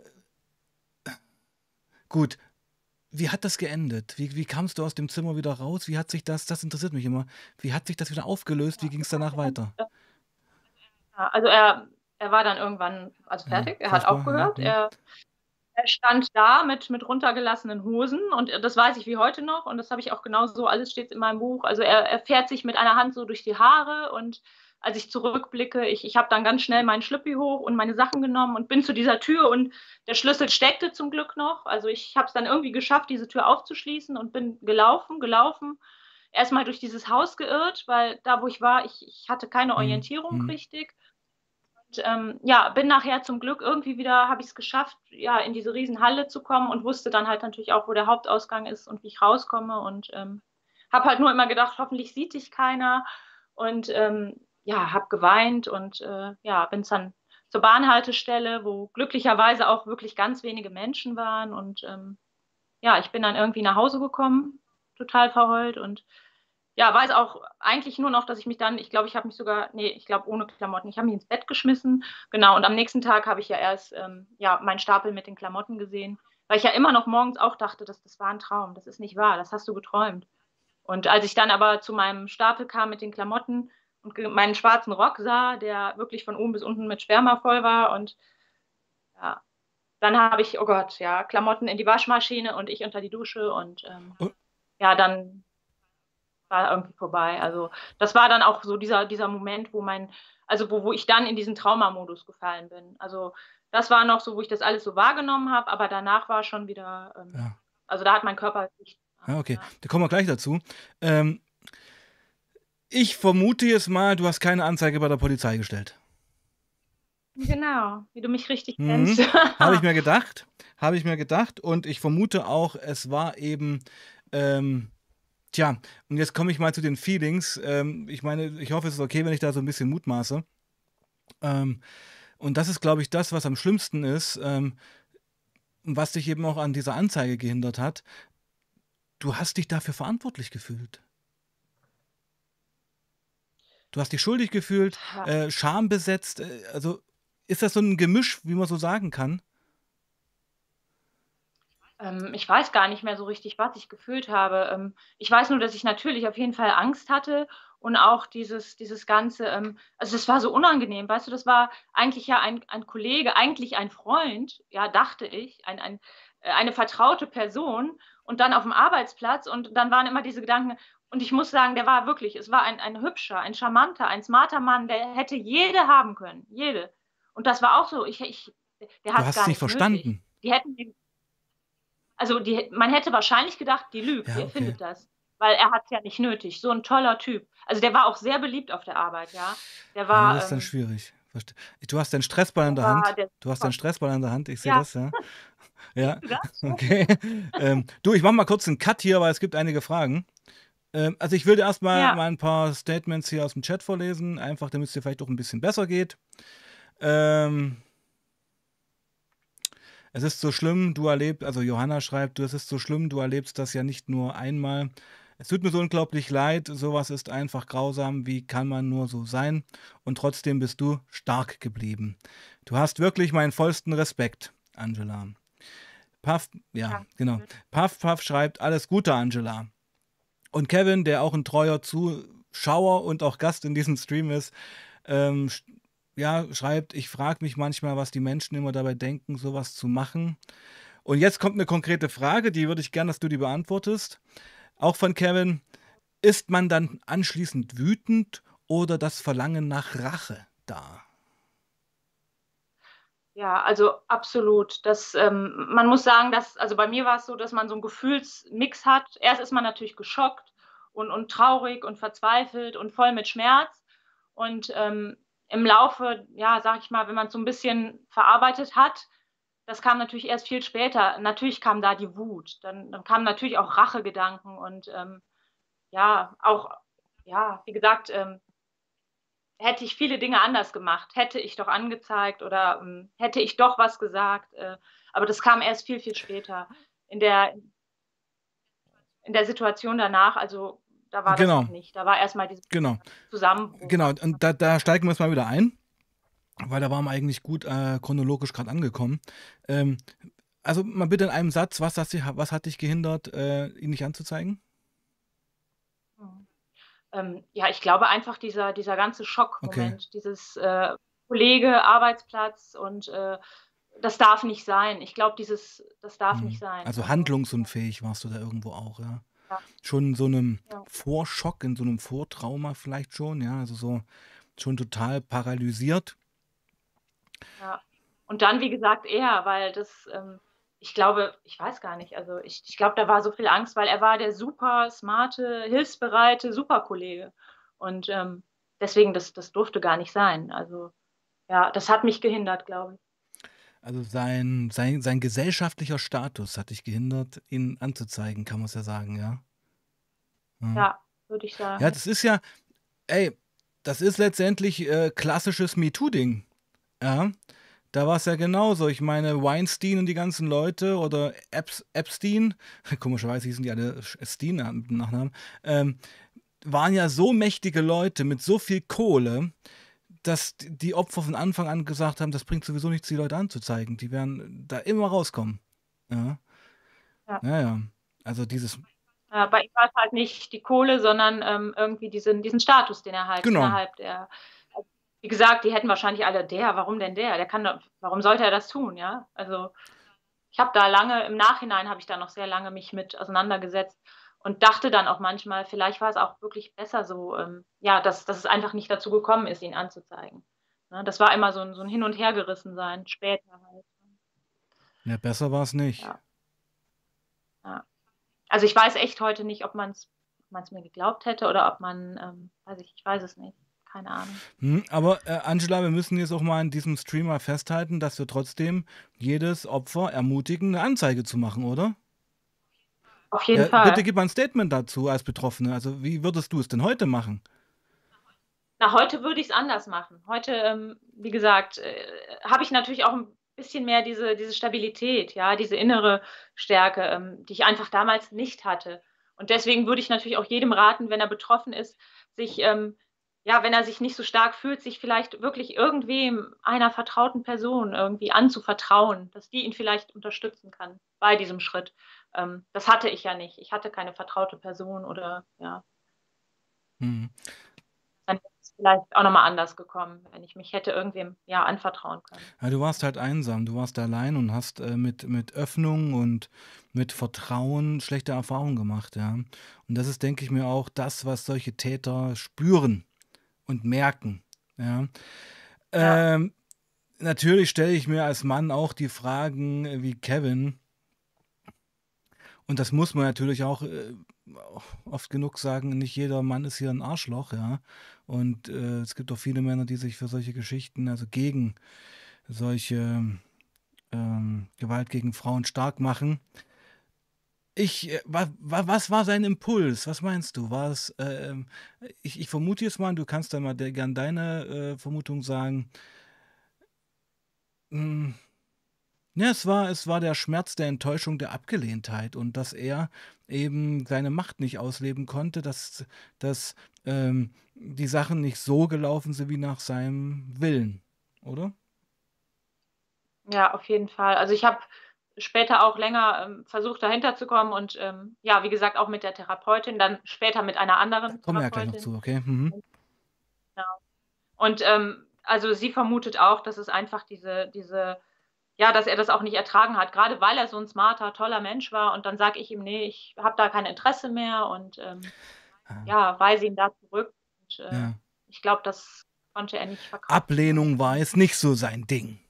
gut. Wie hat das geendet? Wie kamst du aus dem Zimmer wieder raus? Wie hat sich das interessiert mich immer, wie hat sich das wieder aufgelöst? Wie ging es danach weiter? Ja, also er war dann irgendwann, also Ja, fertig, er hat furchtbar, ja. aufgehört. Er stand da mit runtergelassenen Hosen und das weiß ich wie heute noch und das habe ich auch genau so, alles steht in meinem Buch. Also er fährt sich mit einer Hand so durch die Haare und als ich zurückblicke, ich habe dann ganz schnell meinen Schlüppi hoch und meine Sachen genommen und bin zu dieser Tür und der Schlüssel steckte zum Glück noch. Also ich habe es dann irgendwie geschafft, diese Tür aufzuschließen und bin gelaufen, erstmal durch dieses Haus geirrt, weil da, wo ich war, ich hatte keine Mhm, Orientierung mhm. richtig. Und, ja, bin nachher zum Glück irgendwie wieder, habe ich es geschafft, ja, in diese Riesenhalle zu kommen und wusste dann halt natürlich auch, wo der Hauptausgang ist und wie ich rauskomme. Und habe halt nur immer gedacht, hoffentlich sieht dich keiner. Und ja, habe geweint und ja, bin dann zur Bahnhaltestelle, wo glücklicherweise auch wirklich ganz wenige Menschen waren. Und ja, ich bin dann irgendwie nach Hause gekommen, total verheult und ja, weiß auch eigentlich nur noch, dass ich mich dann, ich glaube, ich habe mich sogar, nee, ich glaube ohne Klamotten, ich habe mich ins Bett geschmissen. Genau, und am nächsten Tag habe ich ja erst ja, meinen Stapel mit den Klamotten gesehen, weil ich ja immer noch morgens auch dachte, das war ein Traum, das ist nicht wahr, das hast du geträumt. Und als ich dann aber zu meinem Stapel kam mit den Klamotten und meinen schwarzen Rock sah, der wirklich von oben bis unten mit Sperma voll war und ja, dann habe ich, oh Gott, ja, Klamotten in die Waschmaschine und ich unter die Dusche und Und, ja, dann war irgendwie vorbei. Also das war dann auch so dieser Moment, also wo ich dann in diesen Traumamodus gefallen bin. Also das war noch so, wo ich das alles so wahrgenommen habe, aber danach war schon wieder, ja. also da hat mein Körper nicht, Ja, okay. ja. Da kommen wir gleich dazu. Ähm, ich vermute jetzt mal, du hast keine Anzeige bei der Polizei gestellt. Genau, wie du mich richtig kennst. Mhm. Habe ich mir gedacht. Habe ich mir gedacht. Und ich vermute auch, es war eben, ähm, tja, und jetzt komme ich mal zu den Feelings. Ich meine, ich hoffe, es ist okay, wenn ich da so ein bisschen mutmaße. Ähm, und das ist, glaube ich, das, was am schlimmsten ist, und was dich eben auch an dieser Anzeige gehindert hat. Du hast dich dafür verantwortlich gefühlt. Du hast dich schuldig gefühlt, Ja. schambesetzt. Also ist das so ein Gemisch, wie man so sagen kann? Ich weiß gar nicht mehr so richtig, was ich gefühlt habe. Ich weiß nur, dass ich natürlich auf jeden Fall Angst hatte und auch dieses Ganze, also das war so unangenehm, weißt du, das war eigentlich ja ein Kollege, eigentlich ein Freund, ja, dachte ich, eine vertraute Person und dann auf dem Arbeitsplatz und dann waren immer diese Gedanken, und ich muss sagen, der war wirklich, es war ein hübscher, ein charmanter, ein smarter Mann, der hätte jede haben können, jede. Und das war auch so, der Du hat es hast es gar nicht nicht nötig. verstanden. Die hätten also man hätte wahrscheinlich gedacht, die lügt, die Ja, okay. erfindet das, weil er hat es ja nicht nötig. So ein toller Typ. Also der war auch sehr beliebt auf der Arbeit, ja. Der Ja, war, das ist dann schwierig. Du hast den Stressball in der der war Hand. der Du hast den super. Stressball in der Hand. Ich sehe Ja, das, ja. siehst Ja, du das? okay. Du, ich mache mal kurz einen Cut hier, weil es gibt einige Fragen. Also ich würde erstmal Ja, mal ein paar Statements hier aus dem Chat vorlesen, einfach damit es dir vielleicht auch ein bisschen besser geht. Ähm, Es ist so schlimm, du erlebst, also Johanna schreibt, es ist so schlimm, du erlebst das ja nicht nur einmal. Es tut mir so unglaublich leid, sowas ist einfach grausam, wie kann man nur so sein? Und trotzdem bist du stark geblieben. Du hast wirklich meinen vollsten Respekt, Angela. Puff, ja, danke genau. schön. Puff schreibt, alles Gute, Angela. Und Kevin, der auch ein treuer Zuschauer und auch Gast in diesem Stream ist, ähm, ja, schreibt, ich frage mich manchmal, was die Menschen immer dabei denken, sowas zu machen. Und jetzt kommt eine konkrete Frage, die würde ich gerne, dass du die beantwortest. Auch von Kevin. Ist man dann anschließend wütend oder das Verlangen nach Rache da? Ja, also absolut. Man muss sagen, also bei mir war es so, dass man so einen Gefühlsmix hat. Erst ist man natürlich geschockt und traurig und verzweifelt und voll mit Schmerz. Und im Laufe, ja, sag ich mal, wenn man es so ein bisschen verarbeitet hat, das kam natürlich erst viel später. Natürlich kam da die Wut. Dann kamen natürlich auch Rachegedanken und ja, auch, ja, wie gesagt, hätte ich viele Dinge anders gemacht, hätte ich doch angezeigt oder hätte ich doch was gesagt. Aber das kam erst viel, viel später. In der, in der Situation danach, also da war das Genau, noch nicht. Da war erstmal dieser genau, Zusammenbruch. genau. Und da steigen wir jetzt mal wieder ein, weil da waren wir eigentlich gut chronologisch gerade angekommen. Ähm, also mal bitte in einem Satz, was hat dich gehindert, ihn nicht anzuzeigen? Ja, ich glaube einfach dieser ganze Okay. Schockmoment, dieses Kollege, Arbeitsplatz und das darf nicht sein. Ich glaube, das darf nicht sein. Also Also, handlungsunfähig warst du da irgendwo auch, ja. ja, Schon in so einem ja, Vorschock, in so einem Vortrauma vielleicht schon, ja. Also so schon total paralysiert. ja. Und dann, wie gesagt, er, weil ich glaube, ich weiß gar nicht, also ich glaube, da war so viel Angst, weil er war der super smarte, hilfsbereite Superkollege. Und deswegen, das durfte gar nicht sein. Also ja, das hat mich gehindert, glaube ich. Also sein gesellschaftlicher Status hat dich gehindert, ihn anzuzeigen, kann man es ja sagen, ja. Ja, Ja, würde ich ja sagen. das ist ja, ey, das ist letztendlich klassisches MeToo-Ding. Ja, da war es ja genauso. Ich meine, Weinstein und die ganzen Leute oder Epstein, komischerweise hießen die alle Steen mit dem Nachnamen, ähm, waren ja so mächtige Leute mit so viel Kohle, dass die Opfer von Anfang an gesagt haben, das bringt sowieso nichts, die Leute anzuzeigen. Die werden da immer rauskommen. Ja, Ja. naja. Also dieses, Bei ihm war es halt nicht die Kohle, sondern irgendwie diesen Status, den er halt genau. innerhalb der, also, wie gesagt, die hätten wahrscheinlich alle, warum denn der? Der kann doch, warum sollte er das tun, ja? Also ich habe da lange, im Nachhinein habe ich da noch sehr lange mich mit auseinandergesetzt und dachte dann auch manchmal, vielleicht war es auch wirklich besser so, ja, dass es einfach nicht dazu gekommen ist, ihn anzuzeigen. Ne, das war immer so ein Hin- und Hergerissen sein, später halt. Ja, besser war es nicht. Ja, ja. Also ich weiß echt heute nicht, ob man es mir geglaubt hätte oder ob man, ich weiß es nicht. Keine Ahnung. Aber Angela, wir müssen jetzt auch mal in diesem Streamer festhalten, dass wir trotzdem jedes Opfer ermutigen, eine Anzeige zu machen, oder? Auf jeden Ja, bitte Fall. gib mal ein Statement dazu als Betroffene. Also wie würdest du es denn heute machen? Na, heute würde ich es anders machen. Heute, wie gesagt, habe ich natürlich auch ein bisschen mehr diese Stabilität, ja, diese innere Stärke, die ich einfach damals nicht hatte. Und deswegen würde ich natürlich auch jedem raten, wenn er betroffen ist, sich ja, wenn er sich nicht so stark fühlt, sich vielleicht wirklich irgendwem, einer vertrauten Person irgendwie anzuvertrauen, dass die ihn vielleicht unterstützen kann bei diesem Schritt. Das hatte ich ja nicht. Ich hatte keine vertraute Person oder ja, Mhm. dann wäre es vielleicht auch nochmal anders gekommen, wenn ich mich hätte irgendwem ja anvertrauen können. Ja, du warst halt einsam, du warst allein und hast mit Öffnung und mit Vertrauen schlechte Erfahrungen gemacht, ja. Und das ist, denke ich mir, auch das, was solche Täter spüren und merken, ja. Ja, Ähm, Natürlich stelle ich mir als Mann auch die Fragen wie Kevin, und das muss man natürlich auch oft genug sagen, nicht jeder Mann ist hier ein Arschloch, ja. Und es gibt auch viele Männer, die sich für solche Geschichten, also gegen solche Gewalt gegen Frauen stark machen. Was war sein Impuls? Was meinst du? War es, ich vermute jetzt mal, du kannst dann mal gern deine Vermutung sagen. Hm, ja, es war der Schmerz der Enttäuschung, der Abgelehntheit und dass er eben seine Macht nicht ausleben konnte, dass die Sachen nicht so gelaufen sind wie nach seinem Willen, oder? ja, auf jeden Fall. Also ich habe später auch länger versucht, dahinter zu kommen und ja, wie gesagt, auch mit der Therapeutin, dann später mit einer Da anderen kommen wir ja gleich noch Therapeutin. zu, okay? Mhm. Ja. Und also sie vermutet auch, dass es einfach ja, dass er das auch nicht ertragen hat, gerade weil er so ein smarter, toller Mensch war. Und dann sage ich ihm, nee, ich habe da kein Interesse mehr und Ah, ja, weise ihn da zurück. Und ja. ich glaube, das konnte er nicht verkraften. Und Ablehnung war jetzt nicht so sein Ding.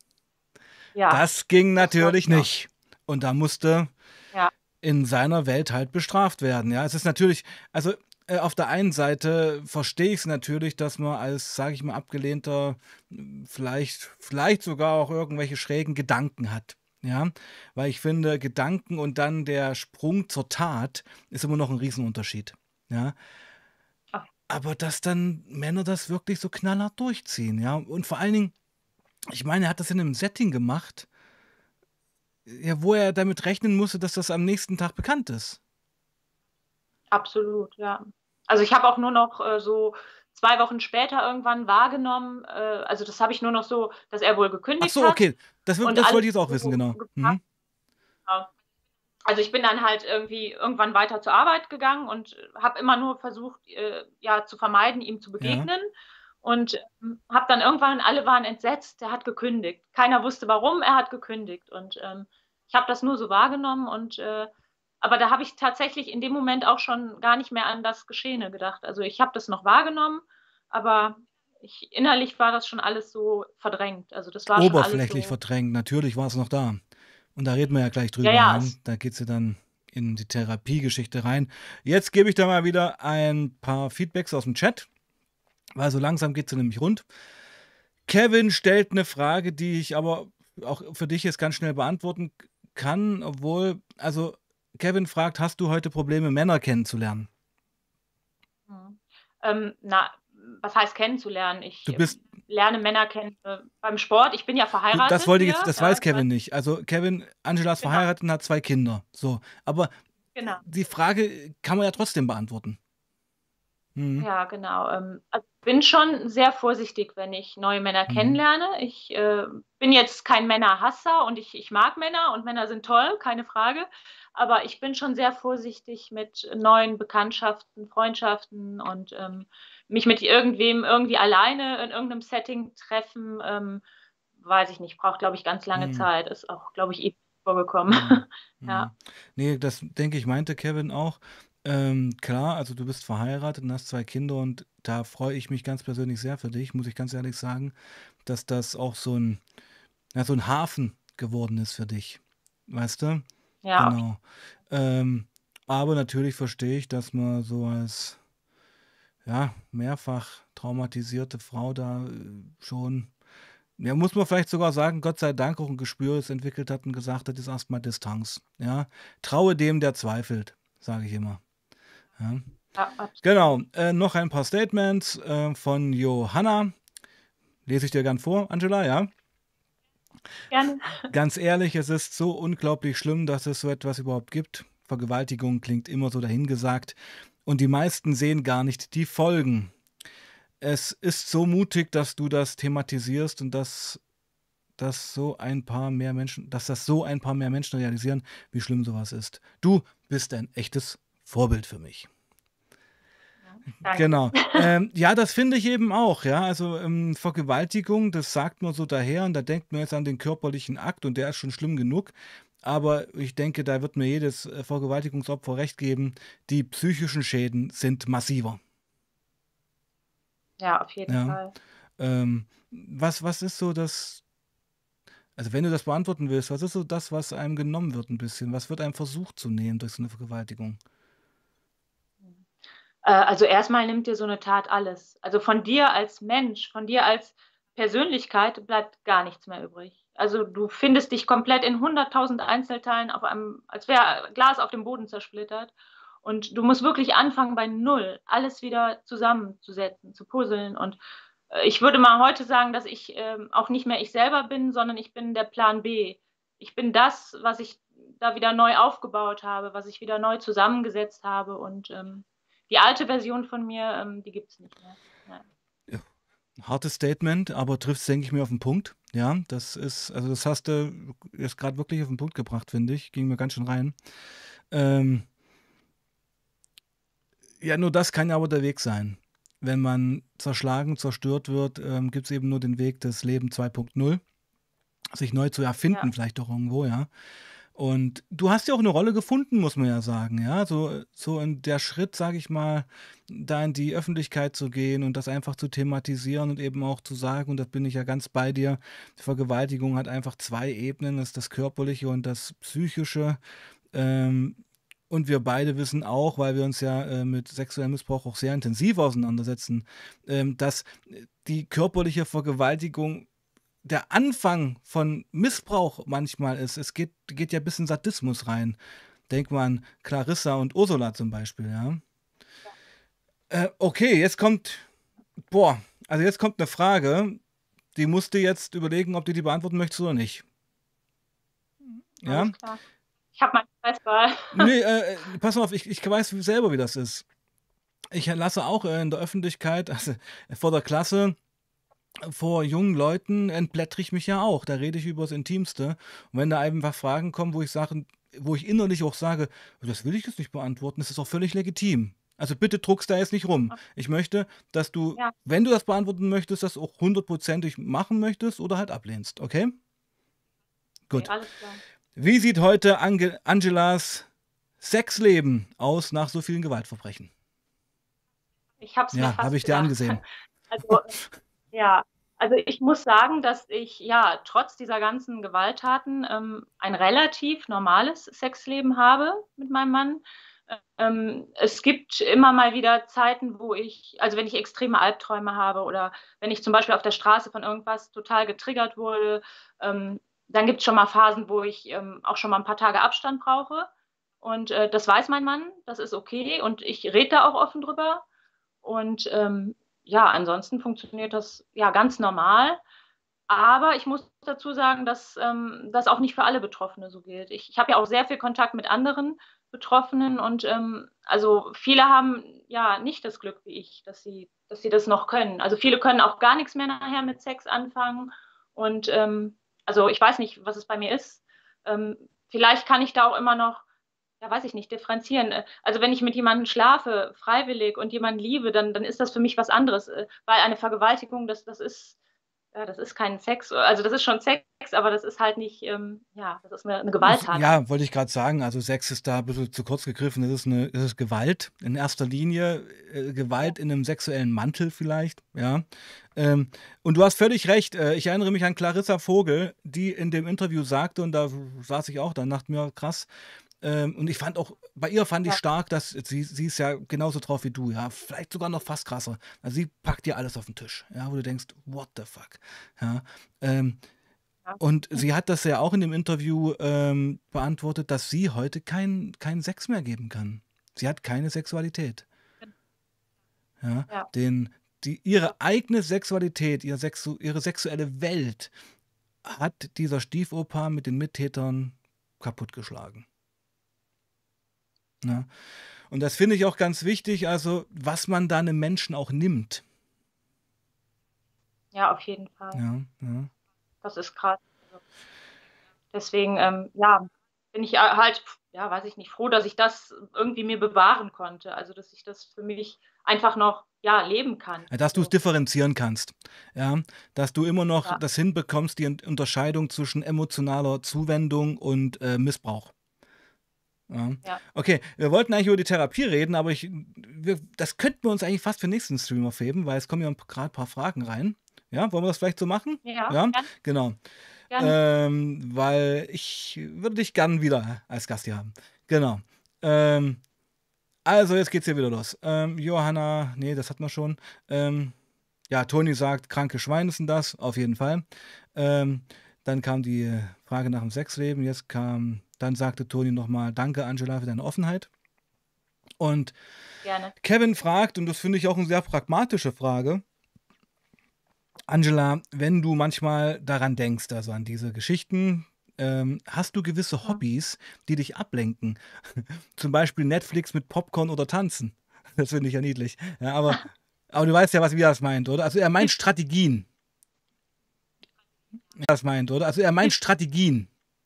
ja, Das ging das glaube natürlich ich auch. nicht. Und da musste Ja, in seiner Welt halt bestraft werden. Ja, es ist natürlich, also auf der einen Seite verstehe ich es natürlich, dass man als, sage ich mal, abgelehnter vielleicht sogar auch irgendwelche schrägen Gedanken hat. Ja, weil ich finde, Gedanken und dann der Sprung zur Tat ist immer noch ein Riesenunterschied. Ja, ach, aber dass dann Männer das wirklich so knallhart durchziehen. Ja, und vor allen Dingen, ich meine, er hat das in einem Setting gemacht, ja, wo er damit rechnen musste, dass das am nächsten Tag bekannt ist. absolut, ja. Also ich habe auch nur noch so 2 Wochen später irgendwann wahrgenommen, also das habe ich nur noch so, dass er wohl Ach gekündigt so, hat okay. Das, und das alles wollte ich jetzt auch wissen, so genau. gepackt. Mhm. Also ich bin dann halt irgendwie irgendwann weiter zur Arbeit gegangen und habe immer nur versucht, ja, zu vermeiden, ihm zu Ja. begegnen. Und habe dann irgendwann, alle waren entsetzt, der hat gekündigt. Keiner wusste warum, er hat gekündigt. Und ich habe das nur so wahrgenommen und aber da habe ich tatsächlich in dem Moment auch schon gar nicht mehr an das Geschehene gedacht. Also ich habe das noch wahrgenommen, aber innerlich war das schon alles so verdrängt. Also das war schon alles Oberflächlich so, verdrängt. Natürlich war es noch da. Und da reden wir ja gleich ja, drüber. ja, Ja? Da geht es ja dann in die Therapiegeschichte rein. Jetzt gebe ich da mal wieder ein paar Feedbacks aus dem Chat, weil so langsam geht es nämlich rund. Kevin stellt eine Frage, die ich aber auch für dich jetzt ganz schnell beantworten kann, obwohl, also Kevin fragt, hast du heute Probleme, Männer kennenzulernen? mhm. Na, was heißt kennenzulernen? Ich Du bist lerne Männer kennen beim Sport. Ich bin ja Das verheiratet wollte ich hier. jetzt, das Ja, weiß Kevin nicht. Also Kevin, Angela ist genau, verheiratet und hat 2 Kinder. So, aber genau. die Frage kann man ja trotzdem beantworten. Mhm. Ja, genau. Also ich bin schon sehr vorsichtig, wenn ich neue Männer Mhm. kennenlerne. Ich bin jetzt kein Männerhasser und ich mag Männer und Männer sind toll, keine Frage. Aber ich bin schon sehr vorsichtig mit neuen Bekanntschaften, Freundschaften und mich mit irgendwem irgendwie alleine in irgendeinem Setting treffen, weiß ich nicht, braucht, glaube ich, ganz lange Mhm. Zeit. Ist auch, glaube ich, eh vorgekommen. Mhm. Ja, Mhm. Nee, das denke ich, meinte Kevin auch. Klar, also du bist verheiratet und hast 2 Kinder und da freue ich mich ganz persönlich sehr für dich, muss ich ganz ehrlich sagen, dass das auch so ein Hafen geworden ist für dich. Weißt du? ja, Genau. Ähm, aber natürlich verstehe ich, dass man so als ja, mehrfach traumatisierte Frau da schon, ja, muss man vielleicht sogar sagen, Gott sei Dank auch ein Gespür es entwickelt hat und gesagt hat, ist erstmal Distanz. Ja, traue dem, der zweifelt, sage ich immer. Ja. ja, Genau, absolut. noch ein paar Statements von Johanna. Lese ich dir gern vor, Angela, ja? Gerne. Ganz ehrlich, es ist so unglaublich schlimm, dass es so etwas überhaupt gibt. Vergewaltigung klingt immer so dahingesagt. Und die meisten sehen gar nicht die Folgen. es ist so mutig, dass du das thematisierst und dass das so ein paar mehr Menschen realisieren, wie schlimm sowas ist. Du bist ein echtes Vorbild für mich. Ja, danke. Genau. Ja, das finde ich eben auch, ja. Also Vergewaltigung, das sagt man so daher und da denkt man jetzt an den körperlichen Akt und der ist schon schlimm genug. Aber ich denke, da wird mir jedes Vergewaltigungsopfer recht geben, die psychischen Schäden sind massiver. Ja, auf jeden Ja. Fall. Was ist so das, also wenn du das beantworten willst, was ist so das, was einem genommen wird ein bisschen? Was wird einem versucht zu nehmen durch so eine Vergewaltigung? Also erstmal nimmt dir so eine Tat alles. Also von dir als Mensch, von dir als Persönlichkeit bleibt gar nichts mehr übrig. Also du findest dich komplett in 100.000 Einzelteilen auf einem, als wäre Glas auf dem Boden zersplittert. Und du musst wirklich anfangen bei Null, alles wieder zusammenzusetzen, zu puzzeln. Und ich würde mal heute sagen, dass ich auch nicht mehr ich selber bin, sondern ich bin der Plan B. Ich bin das, was ich da wieder neu aufgebaut habe, was ich wieder neu zusammengesetzt habe. Und die alte Version von mir, die gibt es nicht mehr. Ja. Ja, hartes Statement, aber trifft es, denke ich mir, auf den Punkt. Ja, also das hast du jetzt gerade wirklich auf den Punkt gebracht, finde ich. Ging mir ganz schön rein. Ähm, ja, nur das kann ja aber der Weg sein. Wenn man zerschlagen, zerstört wird, gibt es eben nur den Weg des Leben 2.0, sich neu zu erfinden, Ja. vielleicht auch irgendwo, ja. Und du hast ja auch eine Rolle gefunden, muss man ja sagen, ja. So in der Schritt, sage ich mal, da in die Öffentlichkeit zu gehen und das einfach zu thematisieren und eben auch zu sagen, und da bin ich ja ganz bei dir, Vergewaltigung hat einfach zwei Ebenen, das ist das Körperliche und das Psychische. Ähm, und wir beide wissen auch, weil wir uns ja mit sexuellem Missbrauch auch sehr intensiv auseinandersetzen, dass die körperliche Vergewaltigung der Anfang von Missbrauch manchmal ist. Geht ja bis in Sadismus rein. Denk mal an Clarissa und Ursula zum Beispiel, ja. Okay, also jetzt kommt eine Frage, die musst du jetzt überlegen, ob du die beantworten möchtest oder nicht. Ja? Alles klar. Ich habe meine Preiswahl. Nee, pass auf, ich weiß selber, wie das ist. Ich lasse auch in der Öffentlichkeit, also vor der Klasse, vor jungen Leuten entblättere ich mich ja auch. Da rede ich über das Intimste. Und wenn da einfach Fragen kommen, wo ich innerlich auch sage, das will ich jetzt nicht beantworten, das ist auch völlig legitim. Also bitte druckst da jetzt nicht rum. Ich möchte, dass du, Ja, wenn du das beantworten möchtest, das auch hundertprozentig machen möchtest oder halt ablehnst. Okay? okay, Gut. alles klar. Wie sieht heute Angelas Sexleben aus nach so vielen Gewaltverbrechen? Ich habe es mir Ja, habe fast ich dir gedacht. angesehen. Also ja, also ich muss sagen, dass ich ja trotz dieser ganzen Gewalttaten ein relativ normales Sexleben habe mit meinem Mann. Es gibt immer mal wieder Zeiten, also wenn ich extreme Albträume habe oder wenn ich zum Beispiel auf der Straße von irgendwas total getriggert wurde, dann gibt es schon mal Phasen, wo ich auch schon mal ein paar Tage Abstand brauche. Und das weiß mein Mann, das ist okay und ich rede da auch offen drüber. Und ja, ansonsten funktioniert das ja ganz normal. Aber ich muss dazu sagen, dass das auch nicht für alle Betroffene so gilt. Ich habe ja auch sehr viel Kontakt mit anderen Betroffenen und also viele haben ja nicht das Glück wie ich, dass sie das noch können. Also viele können auch gar nichts mehr nachher mit Sex anfangen. Und also ich weiß nicht, was es bei mir ist. Vielleicht kann ich da auch immer noch, ja, weiß ich nicht, differenzieren. Also wenn ich mit jemandem schlafe, freiwillig und jemanden liebe, dann ist das für mich was anderes. Weil eine Vergewaltigung, das ist kein Sex. Also das ist schon Sex, aber das ist halt nicht, ja, das ist eine Gewalttat. Ja, wollte ich gerade sagen, also Sex ist da ein bisschen zu kurz gegriffen. Es ist Gewalt. In erster Linie Ja, Gewalt in einem sexuellen Mantel vielleicht, ja. Ähm, und du hast völlig recht. Ich erinnere mich an Clarissa Vogel, die in dem Interview sagte, und da saß ich auch, dann dachte mir, krass. Und ich fand auch, bei ihr fand ich ja, stark, dass sie ist ja genauso drauf wie du, ja. Vielleicht sogar noch fast krasser. Also sie packt dir alles auf den Tisch, ja, wo du denkst, what the fuck, ja. Ähm, ja. und sie hat das ja auch in dem Interview beantwortet, dass sie heute keinen Sex mehr geben kann. Sie hat keine Sexualität. Ja, Ja. ihre eigene Sexualität, ihre sexuelle Welt hat dieser Stiefoper mit den Mittätern kaputtgeschlagen. Ja. Und das finde ich auch ganz wichtig, also was man da einem Menschen auch nimmt. Ja, auf jeden Fall. Ja, ja. Das ist krass. Also, deswegen, ja, bin ich halt, ja, weiß ich nicht, froh, dass ich das irgendwie mir bewahren konnte. Also, dass ich das für mich einfach noch, ja, leben kann. Dass du es Also, differenzieren kannst. Ja, dass du immer noch ja, das hinbekommst, die Unterscheidung zwischen emotionaler Zuwendung und Missbrauch. Ja. ja. Okay, wir wollten eigentlich über die Therapie reden, aber das könnten wir uns eigentlich fast für den nächsten Stream aufheben, weil es kommen ja gerade ein paar Fragen rein. Ja, wollen wir das vielleicht so machen? Ja, Ja, gerne, genau. gerne. Weil ich würde dich gern wieder als Gast hier haben. Genau. Ähm, also, jetzt geht's hier wieder los. Johanna, nee, das hatten wir schon. Ja, Toni sagt, kranke Schweine sind das, auf jeden Fall. Ähm, Dann kam die Frage nach dem Sexleben. Dann sagte Toni nochmal, danke Angela für deine Offenheit. Und Gerne. Kevin fragt, und das finde ich auch eine sehr pragmatische Frage, Angela, wenn du manchmal daran denkst, also an diese Geschichten, hast du gewisse Hm. Hobbys, die dich ablenken? Zum Beispiel Netflix mit Popcorn oder Tanzen. Das finde ich ja niedlich. Ja, aber du weißt ja, wie er das meint, oder? Also er meint Strategien. Das meint, oder? Also er meint Strategien.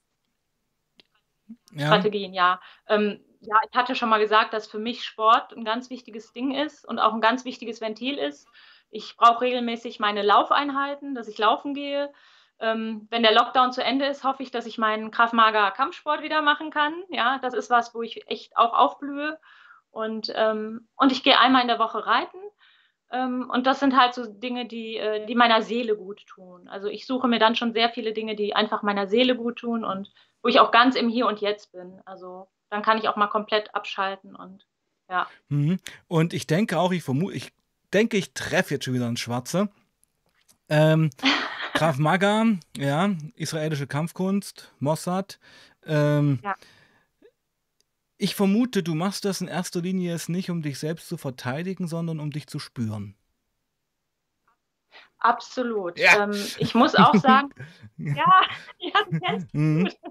Ja. Strategien, ja. Ja, ich hatte schon mal gesagt, dass für mich Sport ein ganz wichtiges Ding ist und auch ein ganz wichtiges Ventil ist. Ich brauche regelmäßig meine Laufeinheiten, dass ich laufen gehe. Wenn der Lockdown zu Ende ist, hoffe ich, dass ich meinen Krav Maga Kampfsport wieder machen kann. Ja, das ist was, wo ich echt auch aufblühe. Und ich gehe einmal in der Woche reiten. Und das sind halt so Dinge, die meiner Seele gut tun. Also ich suche mir dann schon sehr viele Dinge, die einfach meiner Seele gut tun und wo ich auch ganz im Hier und Jetzt bin. Also dann kann ich auch mal komplett abschalten und ja. Mhm. Und ich denke auch, ich denke, ich treffe jetzt schon wieder einen Schwarze. Krav Maga, ja, israelische Kampfkunst, Mossad. Ähm, Ja, Ich vermute, du machst das in erster Linie jetzt nicht, um dich selbst zu verteidigen, sondern um dich zu spüren. absolut. Ja. Ich muss auch sagen, ja, ja, du kennst Mhm. mich gut.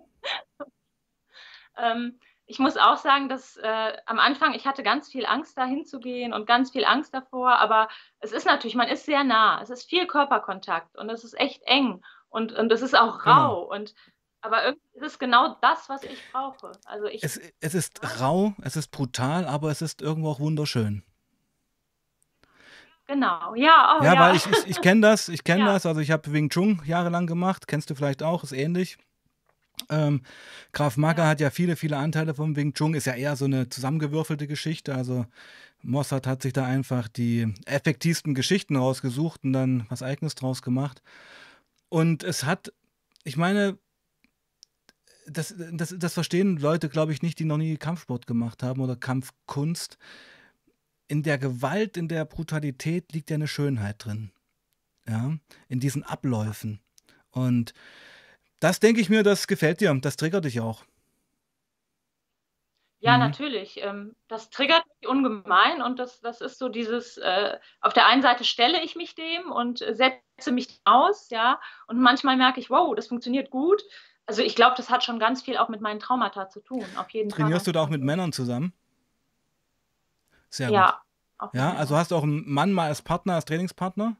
Ich muss auch sagen, dass am Anfang ich hatte ganz viel Angst, da hinzugehen und ganz viel Angst davor, aber es ist natürlich, man ist sehr nah, es ist viel Körperkontakt und es ist echt eng und es ist auch Genau. rau aber irgendwie ist es genau das, was ich brauche. Also ich, Es ist ja, rau, es ist brutal, aber es ist irgendwo auch wunderschön. genau, ja, oh Ja, weil ja, ich kenne das, ja, also ich habe Wing Chun jahrelang gemacht, kennst du vielleicht auch, ist ähnlich. Ähm, Krav Maga ja, hat ja viele, viele Anteile vom Wing Chun, ist ja eher so eine zusammengewürfelte Geschichte, also Mossad hat sich da einfach die effektivsten Geschichten rausgesucht und dann was Eigenes draus gemacht. Und ich meine, das verstehen Leute, glaube ich, nicht, die noch nie Kampfsport gemacht haben oder Kampfkunst. In der Gewalt, in der Brutalität liegt ja eine Schönheit drin. Ja, in diesen Abläufen. Und das denke ich mir, das gefällt dir, das triggert dich auch. ja, Mhm. natürlich. Das triggert mich ungemein und das ist so dieses, auf der einen Seite stelle ich mich dem und setze mich aus, ja, und manchmal merke ich, wow, das funktioniert gut. Also ich glaube, das hat schon ganz viel auch mit meinen Traumata zu tun, auf jeden Trainierst Fall. du da auch mit Also Männern zusammen? Sehr gut. ja, auch mit Ja, also Männern. hast du auch einen Mann mal als Partner, als Trainingspartner?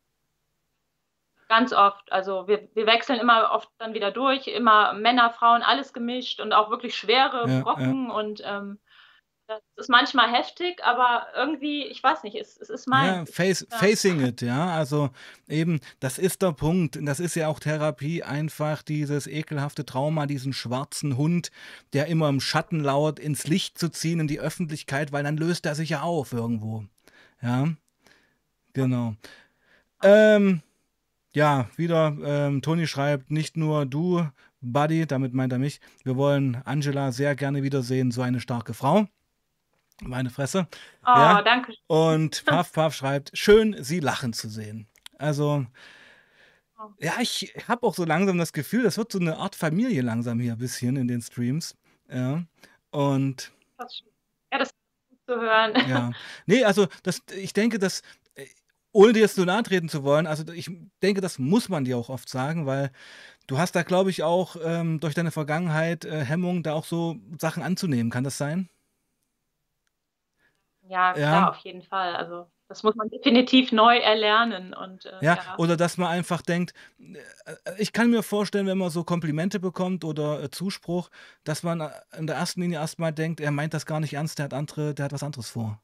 Ganz oft. Also wir wechseln immer oft dann wieder durch, immer Männer, Frauen, alles gemischt und auch wirklich schwere Ja, ja. Brocken und das ist manchmal heftig, aber irgendwie, ich weiß nicht, es ist Ja, meins. Ja, facing it, ja. Also eben, das ist der Punkt. Und das ist ja auch Therapie, einfach dieses ekelhafte Trauma, diesen schwarzen Hund, der immer im Schatten lauert, ins Licht zu ziehen, in die Öffentlichkeit, weil dann löst er sich ja auf irgendwo. Ja, genau. Ähm, ja, wieder, Toni schreibt, nicht nur du, Buddy, damit meint er mich, wir wollen Angela sehr gerne wiedersehen, so eine starke Frau. Meine Fresse. oh, Ja. danke. Und Puff Puff schreibt, schön, sie lachen zu sehen. Also, Oh, ja, ich habe auch so langsam das Gefühl, das wird so eine Art Familie langsam hier ein bisschen in den Streams. Ja. Und das ist schön. Ja, das ist gut zu hören. ja. Nee, also ich denke, ohne dir jetzt so nahe treten zu wollen, also ich denke, das muss man dir auch oft sagen, weil du hast da, glaube ich, auch durch deine Vergangenheit Hemmung, da auch so Sachen anzunehmen. Kann das sein? Ja, Ja. klar, auf jeden Fall. Also Das muss man definitiv neu erlernen und Ja, ja. oder dass man einfach denkt, ich kann mir vorstellen, wenn man so Komplimente bekommt oder Zuspruch, dass man in der ersten Linie erstmal denkt, er meint das gar nicht ernst, der hat was anderes vor.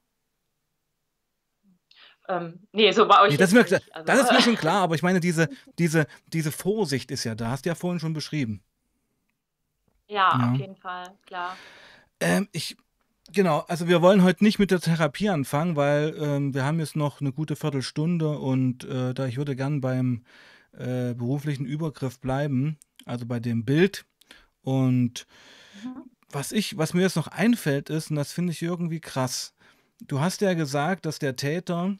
Nee, so bei euch Nee, jetzt nicht. das Also, ist mir schon klar, aber ich meine, diese Vorsicht ist ja da, hast du ja vorhin schon beschrieben. ja, auf Ja. jeden Fall, klar. Ich, genau, also wir wollen heute nicht mit der Therapie anfangen, weil wir haben jetzt noch eine gute Viertelstunde und da ich würde gern beim beruflichen Übergriff bleiben, also bei dem Bild. Und Mhm. was mir jetzt noch einfällt ist, und das finde ich irgendwie krass, du hast ja gesagt, dass der Täter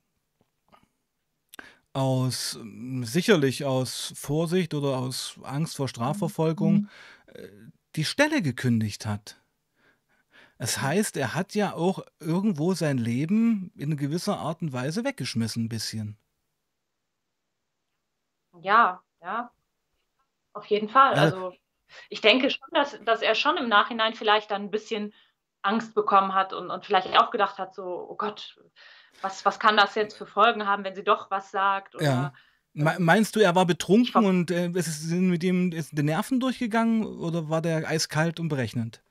sicherlich aus Vorsicht oder aus Angst vor Strafverfolgung die Stelle gekündigt hat. Es heißt, er hat ja auch irgendwo sein Leben in gewisser Art und Weise weggeschmissen, ein bisschen. Ja, ja, auf jeden Fall. Also, Also ich denke schon, dass er schon im Nachhinein vielleicht dann ein bisschen Angst bekommen hat und vielleicht auch gedacht hat, so, oh Gott, was kann das jetzt für Folgen haben, wenn sie doch was sagt? ja. Oder ähm, Meinst du, er war ich, betrunken und sind mit ihm die Nerven durchgegangen oder war der eiskalt und berechnend?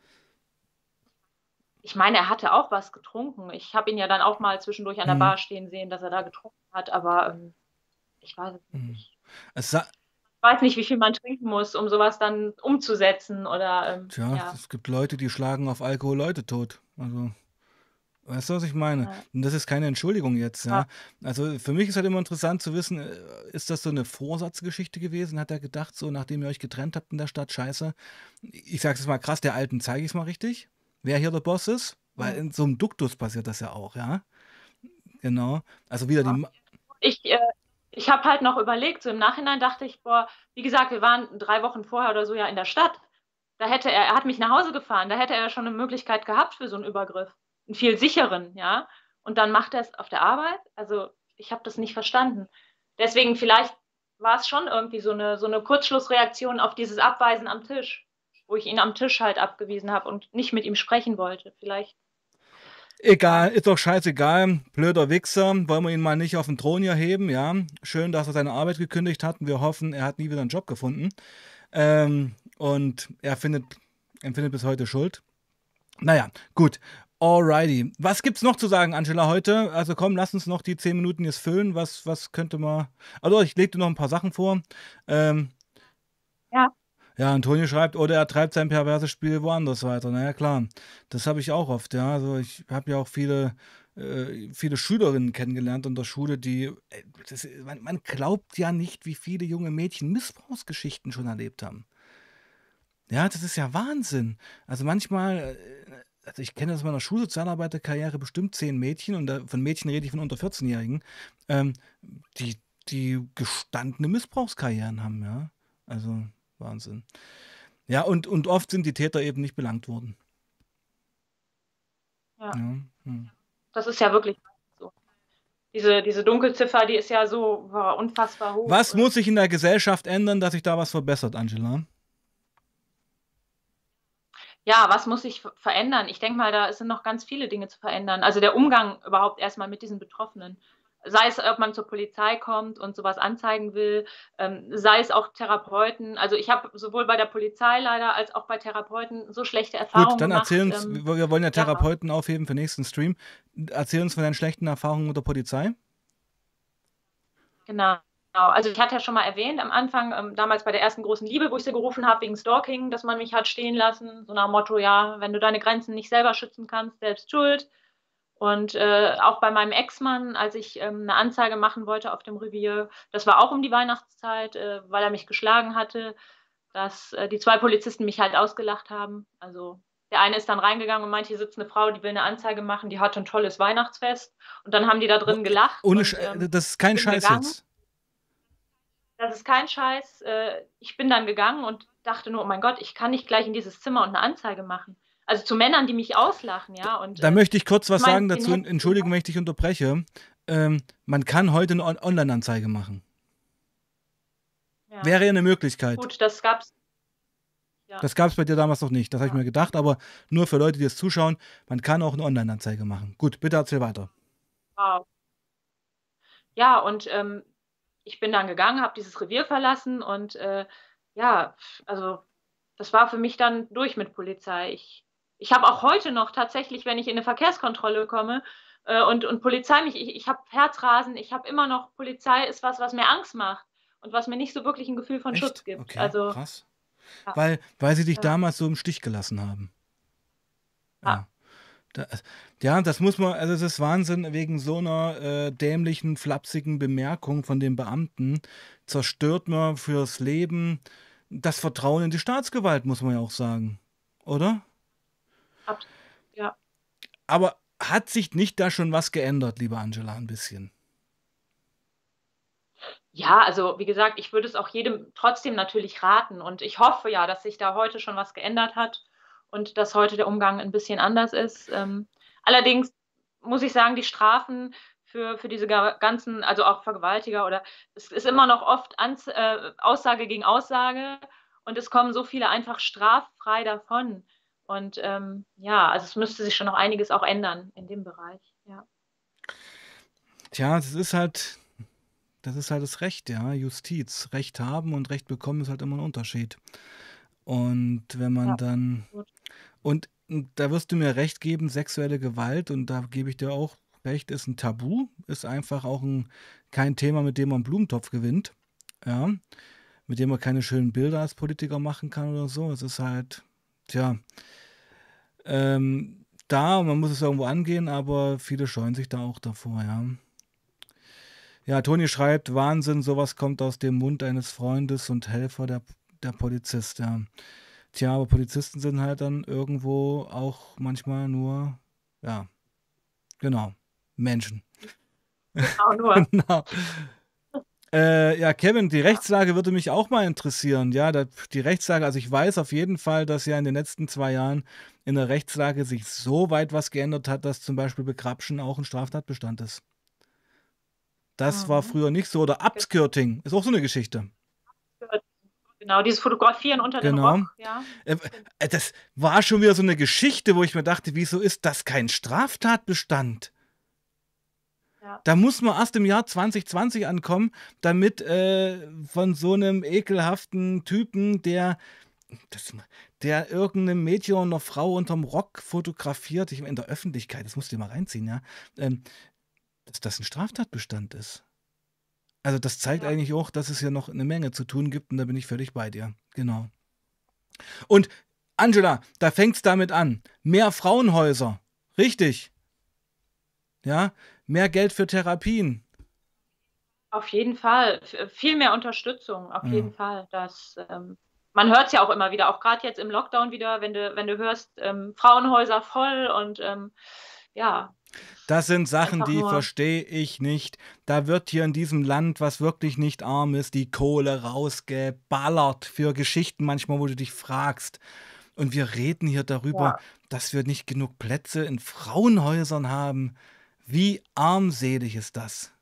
ich meine, er hatte auch was getrunken. Ich habe ihn ja dann auch mal zwischendurch an der Hm, Bar stehen sehen, dass er da getrunken hat, aber ich weiß es nicht. hm. Ich Es sa weiß nicht, wie viel man trinken muss, um sowas dann umzusetzen oder Tja, ja. es gibt Leute, die schlagen auf Alkohol Leute tot. Also, weißt du, was ich meine? Ja. Und das ist keine Entschuldigung jetzt, Ja. ja. Also für mich ist halt immer interessant zu wissen, ist das so eine Vorsatzgeschichte gewesen? Hat er gedacht, so nachdem ihr euch getrennt habt in der Stadt, scheiße, ich sag's jetzt mal krass, der Alten zeige ich es mal richtig, wer hier der Boss ist? Weil Hm. in so einem Duktus passiert das ja auch, ja. Genau. Also wieder die. Ich, äh, ich habe halt noch überlegt, so im Nachhinein dachte ich, boah, wie gesagt, wir waren 3 Wochen vorher oder so ja in der Stadt. Er hat mich nach Hause gefahren, da hätte er ja schon eine Möglichkeit gehabt für so einen Übergriff. Einen viel sicheren, ja. Und dann macht er es auf der Arbeit. Also ich habe das nicht verstanden. Deswegen vielleicht war es schon irgendwie so eine Kurzschlussreaktion auf dieses Abweisen am Tisch, wo ich ihn am Tisch halt abgewiesen habe und nicht mit ihm sprechen wollte. Vielleicht, Egal, ja. ist doch scheißegal. Blöder Wichser, wollen wir ihn mal nicht auf den Thron hier heben, ja. Schön, dass er seine Arbeit gekündigt hat und wir hoffen, er hat nie wieder einen Job gefunden. Und empfindet bis heute Schuld. Naja, gut. Alrighty. Was gibt's noch zu sagen, Angela, heute? Also komm, lass uns noch die 10 Minuten jetzt füllen. Was könnte man. Also, ich leg dir noch ein paar Sachen vor. Ähm, Ja, ja, Antonio schreibt, oder er treibt sein perverses Spiel woanders weiter. Naja, klar. Das habe ich auch oft, ja. Also ich habe ja auch viele Schülerinnen kennengelernt in der Schule, man glaubt ja nicht, wie viele junge Mädchen Missbrauchsgeschichten schon erlebt haben. Ja, das ist ja Wahnsinn. Also manchmal, also ich kenne aus meiner Schulsozialarbeiterkarriere bestimmt 10 Mädchen und von Mädchen rede ich von unter 14-Jährigen, ähm, die, die gestandene Missbrauchskarrieren haben, ja. Also Wahnsinn. Ja, und oft sind die Täter eben nicht belangt worden. ja, Ja, hm. das ist ja wirklich so. Diese Dunkelziffer, die ist ja so boah, unfassbar hoch. Was muss sich in der Gesellschaft ändern, dass sich da was verbessert, Angela? Ja, was muss sich verändern? Ich denke mal, da sind noch ganz viele Dinge zu verändern. Also der Umgang überhaupt erstmal mit diesen Betroffenen. Sei es, ob man zur Polizei kommt und sowas anzeigen will, sei es auch Therapeuten. Also ich habe sowohl bei der Polizei leider als auch bei Therapeuten so schlechte Gut, Erfahrungen dann erzähl gemacht. uns, wir wollen ja Ja, Therapeuten aufheben für nächsten Stream. Erzähl uns von deinen schlechten Erfahrungen mit der Polizei. genau. Also ich hatte ja schon mal erwähnt am Anfang, damals bei der ersten großen Liebe, wo ich sie gerufen habe wegen Stalking, dass man mich hat stehen lassen, so nach dem Motto, ja, wenn du deine Grenzen nicht selber schützen kannst, selbst schuld. Und auch bei meinem Ex-Mann, als ich eine Anzeige machen wollte auf dem Revier, das war auch um die Weihnachtszeit, weil er mich geschlagen hatte, dass die 2 Polizisten mich halt ausgelacht haben. Also der eine ist dann reingegangen und meinte, hier sitzt eine Frau, die will eine Anzeige machen, die hat ein tolles Weihnachtsfest. Und dann haben die da drin gelacht und Das ist ich kein bin Scheiß gegangen. jetzt. Das ist kein Scheiß. Ich bin dann gegangen und dachte nur, oh mein Gott, ich kann nicht gleich in dieses Zimmer und eine Anzeige machen. Also zu Männern, die mich auslachen, ja. Und Da möchte ich kurz ich was meine, sagen den dazu. hätte ich Entschuldigung, wenn ich dich unterbreche. Man kann heute eine Online-Anzeige machen. ja. Wäre ja eine Möglichkeit. Gut, das gab's, ja. Das gab es bei dir damals noch nicht. Das habe ich Ja. mir gedacht. Aber nur für Leute, die es zuschauen, man kann auch eine Online-Anzeige machen. Gut, bitte erzähl weiter. Wow. ja, und ich bin dann gegangen, habe dieses Revier verlassen und ja, also das war für mich dann durch mit Polizei. Ich habe auch heute noch tatsächlich, wenn ich in eine Verkehrskontrolle komme und Polizei mich, ich habe Herzrasen, ich habe immer noch, Polizei ist was, was mir Angst macht und was mir nicht so wirklich ein Gefühl von Schutz Echt? gibt. Okay, Also, krass. ja, Weil sie dich ja, damals so im Stich gelassen haben. ja. Ja. Da, ja, das muss man, also es ist Wahnsinn, wegen so einer dämlichen, flapsigen Bemerkung von dem Beamten zerstört man fürs Leben das Vertrauen in die Staatsgewalt, muss man ja auch sagen. Oder? Absolut, ja. Aber hat sich nicht da schon was geändert, liebe Angela, ein bisschen? Ja, also wie gesagt, ich würde es auch jedem trotzdem natürlich raten und ich hoffe ja, dass sich da heute schon was geändert hat und dass heute der Umgang ein bisschen anders ist. Allerdings muss ich sagen, die Strafen für diese ganzen, also auch Vergewaltiger oder es ist immer noch oft Aussage gegen Aussage und es kommen so viele einfach straffrei davon. Und ja, also es müsste sich schon noch einiges auch ändern in dem Bereich. Ja. Tja, das ist halt das Recht, ja, Justiz. Recht haben und Recht bekommen ist halt immer ein Unterschied. Und wenn man Ja, dann, gut. und da wirst du mir recht geben, sexuelle Gewalt, und da gebe ich dir auch recht, ist ein Tabu, ist einfach auch kein Thema, mit dem man einen Blumentopf gewinnt, ja, mit dem man keine schönen Bilder als Politiker machen kann oder so. Es ist halt, tja, da, und man muss es irgendwo angehen, aber viele scheuen sich da auch davor, ja. Ja, Toni schreibt, Wahnsinn, sowas kommt aus dem Mund eines Freundes und Helfer der Polizist, ja. Tja, aber Polizisten sind halt dann irgendwo auch manchmal nur, ja, genau, Menschen. Genau, nur. Genau. Ja, Kevin, die Ja. Rechtslage würde mich auch mal interessieren. Ja, die Rechtslage, also ich weiß auf jeden Fall, dass ja in den letzten 2 Jahren in der Rechtslage sich so weit was geändert hat, dass zum Beispiel Begrapschen auch ein Straftatbestand ist. Das war Mhm. früher nicht so. Oder Upskirting ist auch so eine Geschichte. Genau, dieses Fotografieren unter den Genau. Rock, ja. Äh, Das war schon wieder so eine Geschichte, wo ich mir dachte, wieso ist das kein Straftatbestand? Ja, Da muss man erst im Jahr 2020 ankommen, damit von so einem ekelhaften Typen, das, der irgendeinem Mädchen oder einer Frau unterm Rock fotografiert, in der Öffentlichkeit, das musst du dir mal reinziehen, ja, dass das ein Straftatbestand ist. Also das zeigt ja. eigentlich auch, dass es hier noch eine Menge zu tun gibt, und da bin ich völlig bei dir. Genau. Und Angela, da fängt es damit an. Mehr Frauenhäuser. Richtig. Ja. Mehr Geld für Therapien. Auf jeden Fall. Viel mehr Unterstützung, auf Ja. jeden Fall. Man hört es ja auch immer wieder, auch gerade jetzt im Lockdown wieder, wenn du hörst, Frauenhäuser voll und ja, das Das sind ist Sachen, einfach die nur, verstehe ich nicht. Da wird hier in diesem Land, was wirklich nicht arm ist, die Kohle rausgeballert für Geschichten manchmal, wo du dich fragst. Und wir reden hier darüber, ja, dass wir nicht genug Plätze in Frauenhäusern haben. Wie armselig ist das?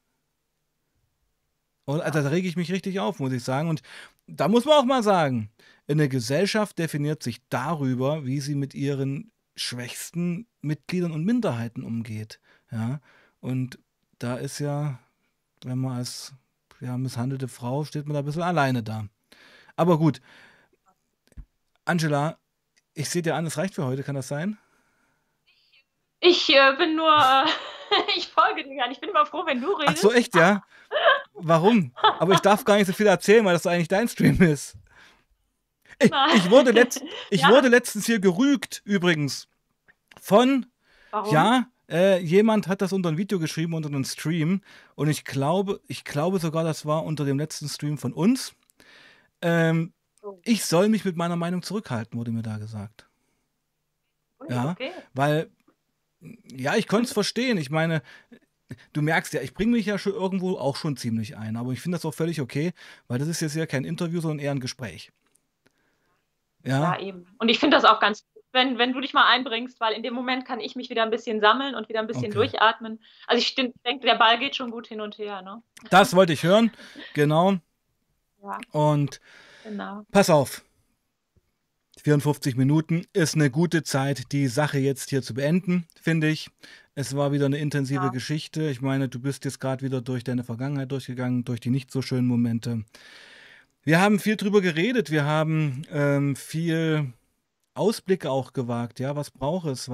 Und ja, also, da rege ich mich richtig auf, muss ich sagen. Und da muss man auch mal sagen, eine Gesellschaft definiert sich darüber, wie sie mit ihren schwächsten Mitgliedern und Minderheiten umgeht. Ja, und da ist ja, wenn man als ja, misshandelte Frau steht man da ein bisschen alleine da. Aber gut, Angela, ich sehe dir an, es reicht für heute, kann das sein? ich bin nur, ich folge dir gar nicht. Ich bin immer froh, wenn du Ach so, redest. echt, ja? Warum? Aber ich darf gar nicht so viel erzählen, weil das eigentlich dein Stream ist. Nein. Ich wurde Ja, letztens hier gerügt, übrigens, von, warum? ja, jemand hat das unter ein Video geschrieben, unter einen Stream. Und ich glaube sogar, das war unter dem letzten Stream von uns. Ähm, Oh, Ich soll mich mit meiner Meinung zurückhalten, wurde mir da gesagt. ui, Ja, okay. weil, ja, ich konnte es verstehen. Ich meine, du merkst ja, ich bringe mich ja schon irgendwo auch schon ziemlich ein. Aber ich finde das auch völlig okay, weil das ist jetzt ja kein Interview, sondern eher ein Gespräch. Ja, Ja, eben. Und ich finde das auch ganz gut, wenn du dich mal einbringst, weil in dem Moment kann ich mich wieder ein bisschen sammeln und wieder ein bisschen okay. durchatmen. Also ich denke, der Ball geht schon gut hin und her, ne? Das wollte ich hören. Genau. Ja, Und genau. pass auf. 54 Minuten ist eine gute Zeit, die Sache jetzt hier zu beenden, finde ich. Es war wieder eine intensive Ja. Geschichte. Ich meine, du bist jetzt gerade wieder durch deine Vergangenheit durchgegangen, durch die nicht so schönen Momente. Wir haben viel drüber geredet, wir haben viel Ausblicke auch gewagt. Ja, was braucht es?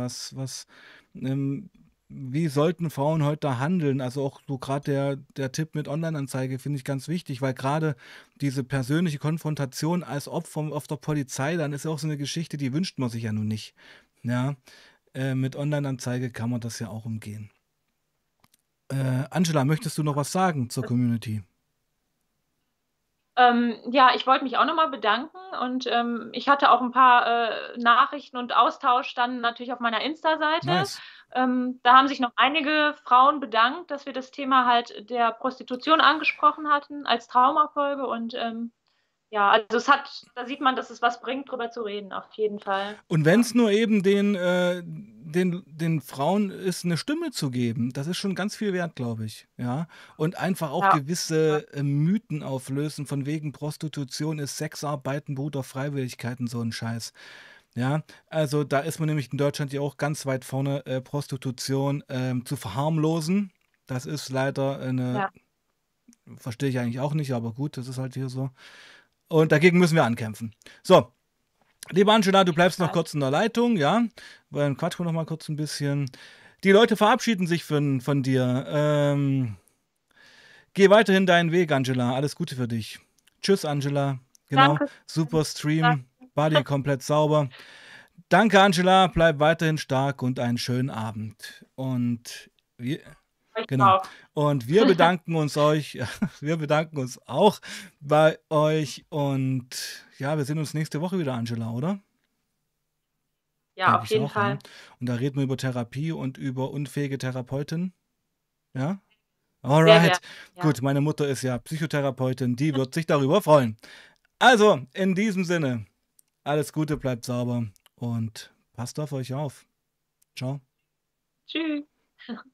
Wie sollten Frauen heute handeln? Also auch so gerade der Tipp mit Online-Anzeige finde ich ganz wichtig, weil gerade diese persönliche Konfrontation als Opfer auf der Polizei, dann ist ja auch so eine Geschichte, die wünscht man sich ja nun nicht. Ja, mit Online-Anzeige kann man das ja auch umgehen. Angela, möchtest du noch was sagen zur Community? Ja, ich wollte mich auch nochmal bedanken und ich hatte auch ein paar Nachrichten und Austausch dann natürlich auf meiner Insta-Seite. Nice. Da haben sich noch einige Frauen bedankt, dass wir das Thema halt der Prostitution angesprochen hatten als Traumafolge und ja, also da sieht man, dass es was bringt, drüber zu reden, auf jeden Fall. Und wenn Ja, es nur eben den Frauen ist, eine Stimme zu geben, das ist schon ganz viel wert, glaube ich. Ja. Und einfach auch ja, gewisse Mythen auflösen, von wegen Prostitution ist Sexarbeiten, beruht auf Freiwilligkeit und so ein Scheiß. Ja, also da ist man nämlich in Deutschland ja auch ganz weit vorne, Prostitution zu verharmlosen. Das ist leider eine, ja. verstehe ich eigentlich auch nicht, aber gut, das ist halt hier so. Und dagegen müssen wir ankämpfen. So, liebe Angela, du bleibst noch kurz in der Leitung, ja? Weil dann quatschen wir noch mal kurz ein bisschen. Die Leute verabschieden sich von dir. Geh weiterhin deinen Weg, Angela. Alles Gute für dich. Tschüss, Angela. Genau. Danke. Super Stream. Danke Body komplett sauber. Danke, Angela. Bleib weiterhin stark und einen schönen Abend. Und wir, euch genau. auch. Und wir bedanken uns euch. Wir bedanken uns auch bei euch. Und ja, wir sehen uns nächste Woche wieder, Angela, oder? Ja, Denke auf ich jeden auch, ja. Fall. Und da reden wir über Therapie und über unfähige Therapeuten. Ja? Sehr Alright. gerne. Ja. Gut, meine Mutter ist ja Psychotherapeutin, die wird sich darüber freuen. Also, in diesem Sinne, alles Gute, bleibt sauber und passt auf euch auf. Ciao. Tschüss.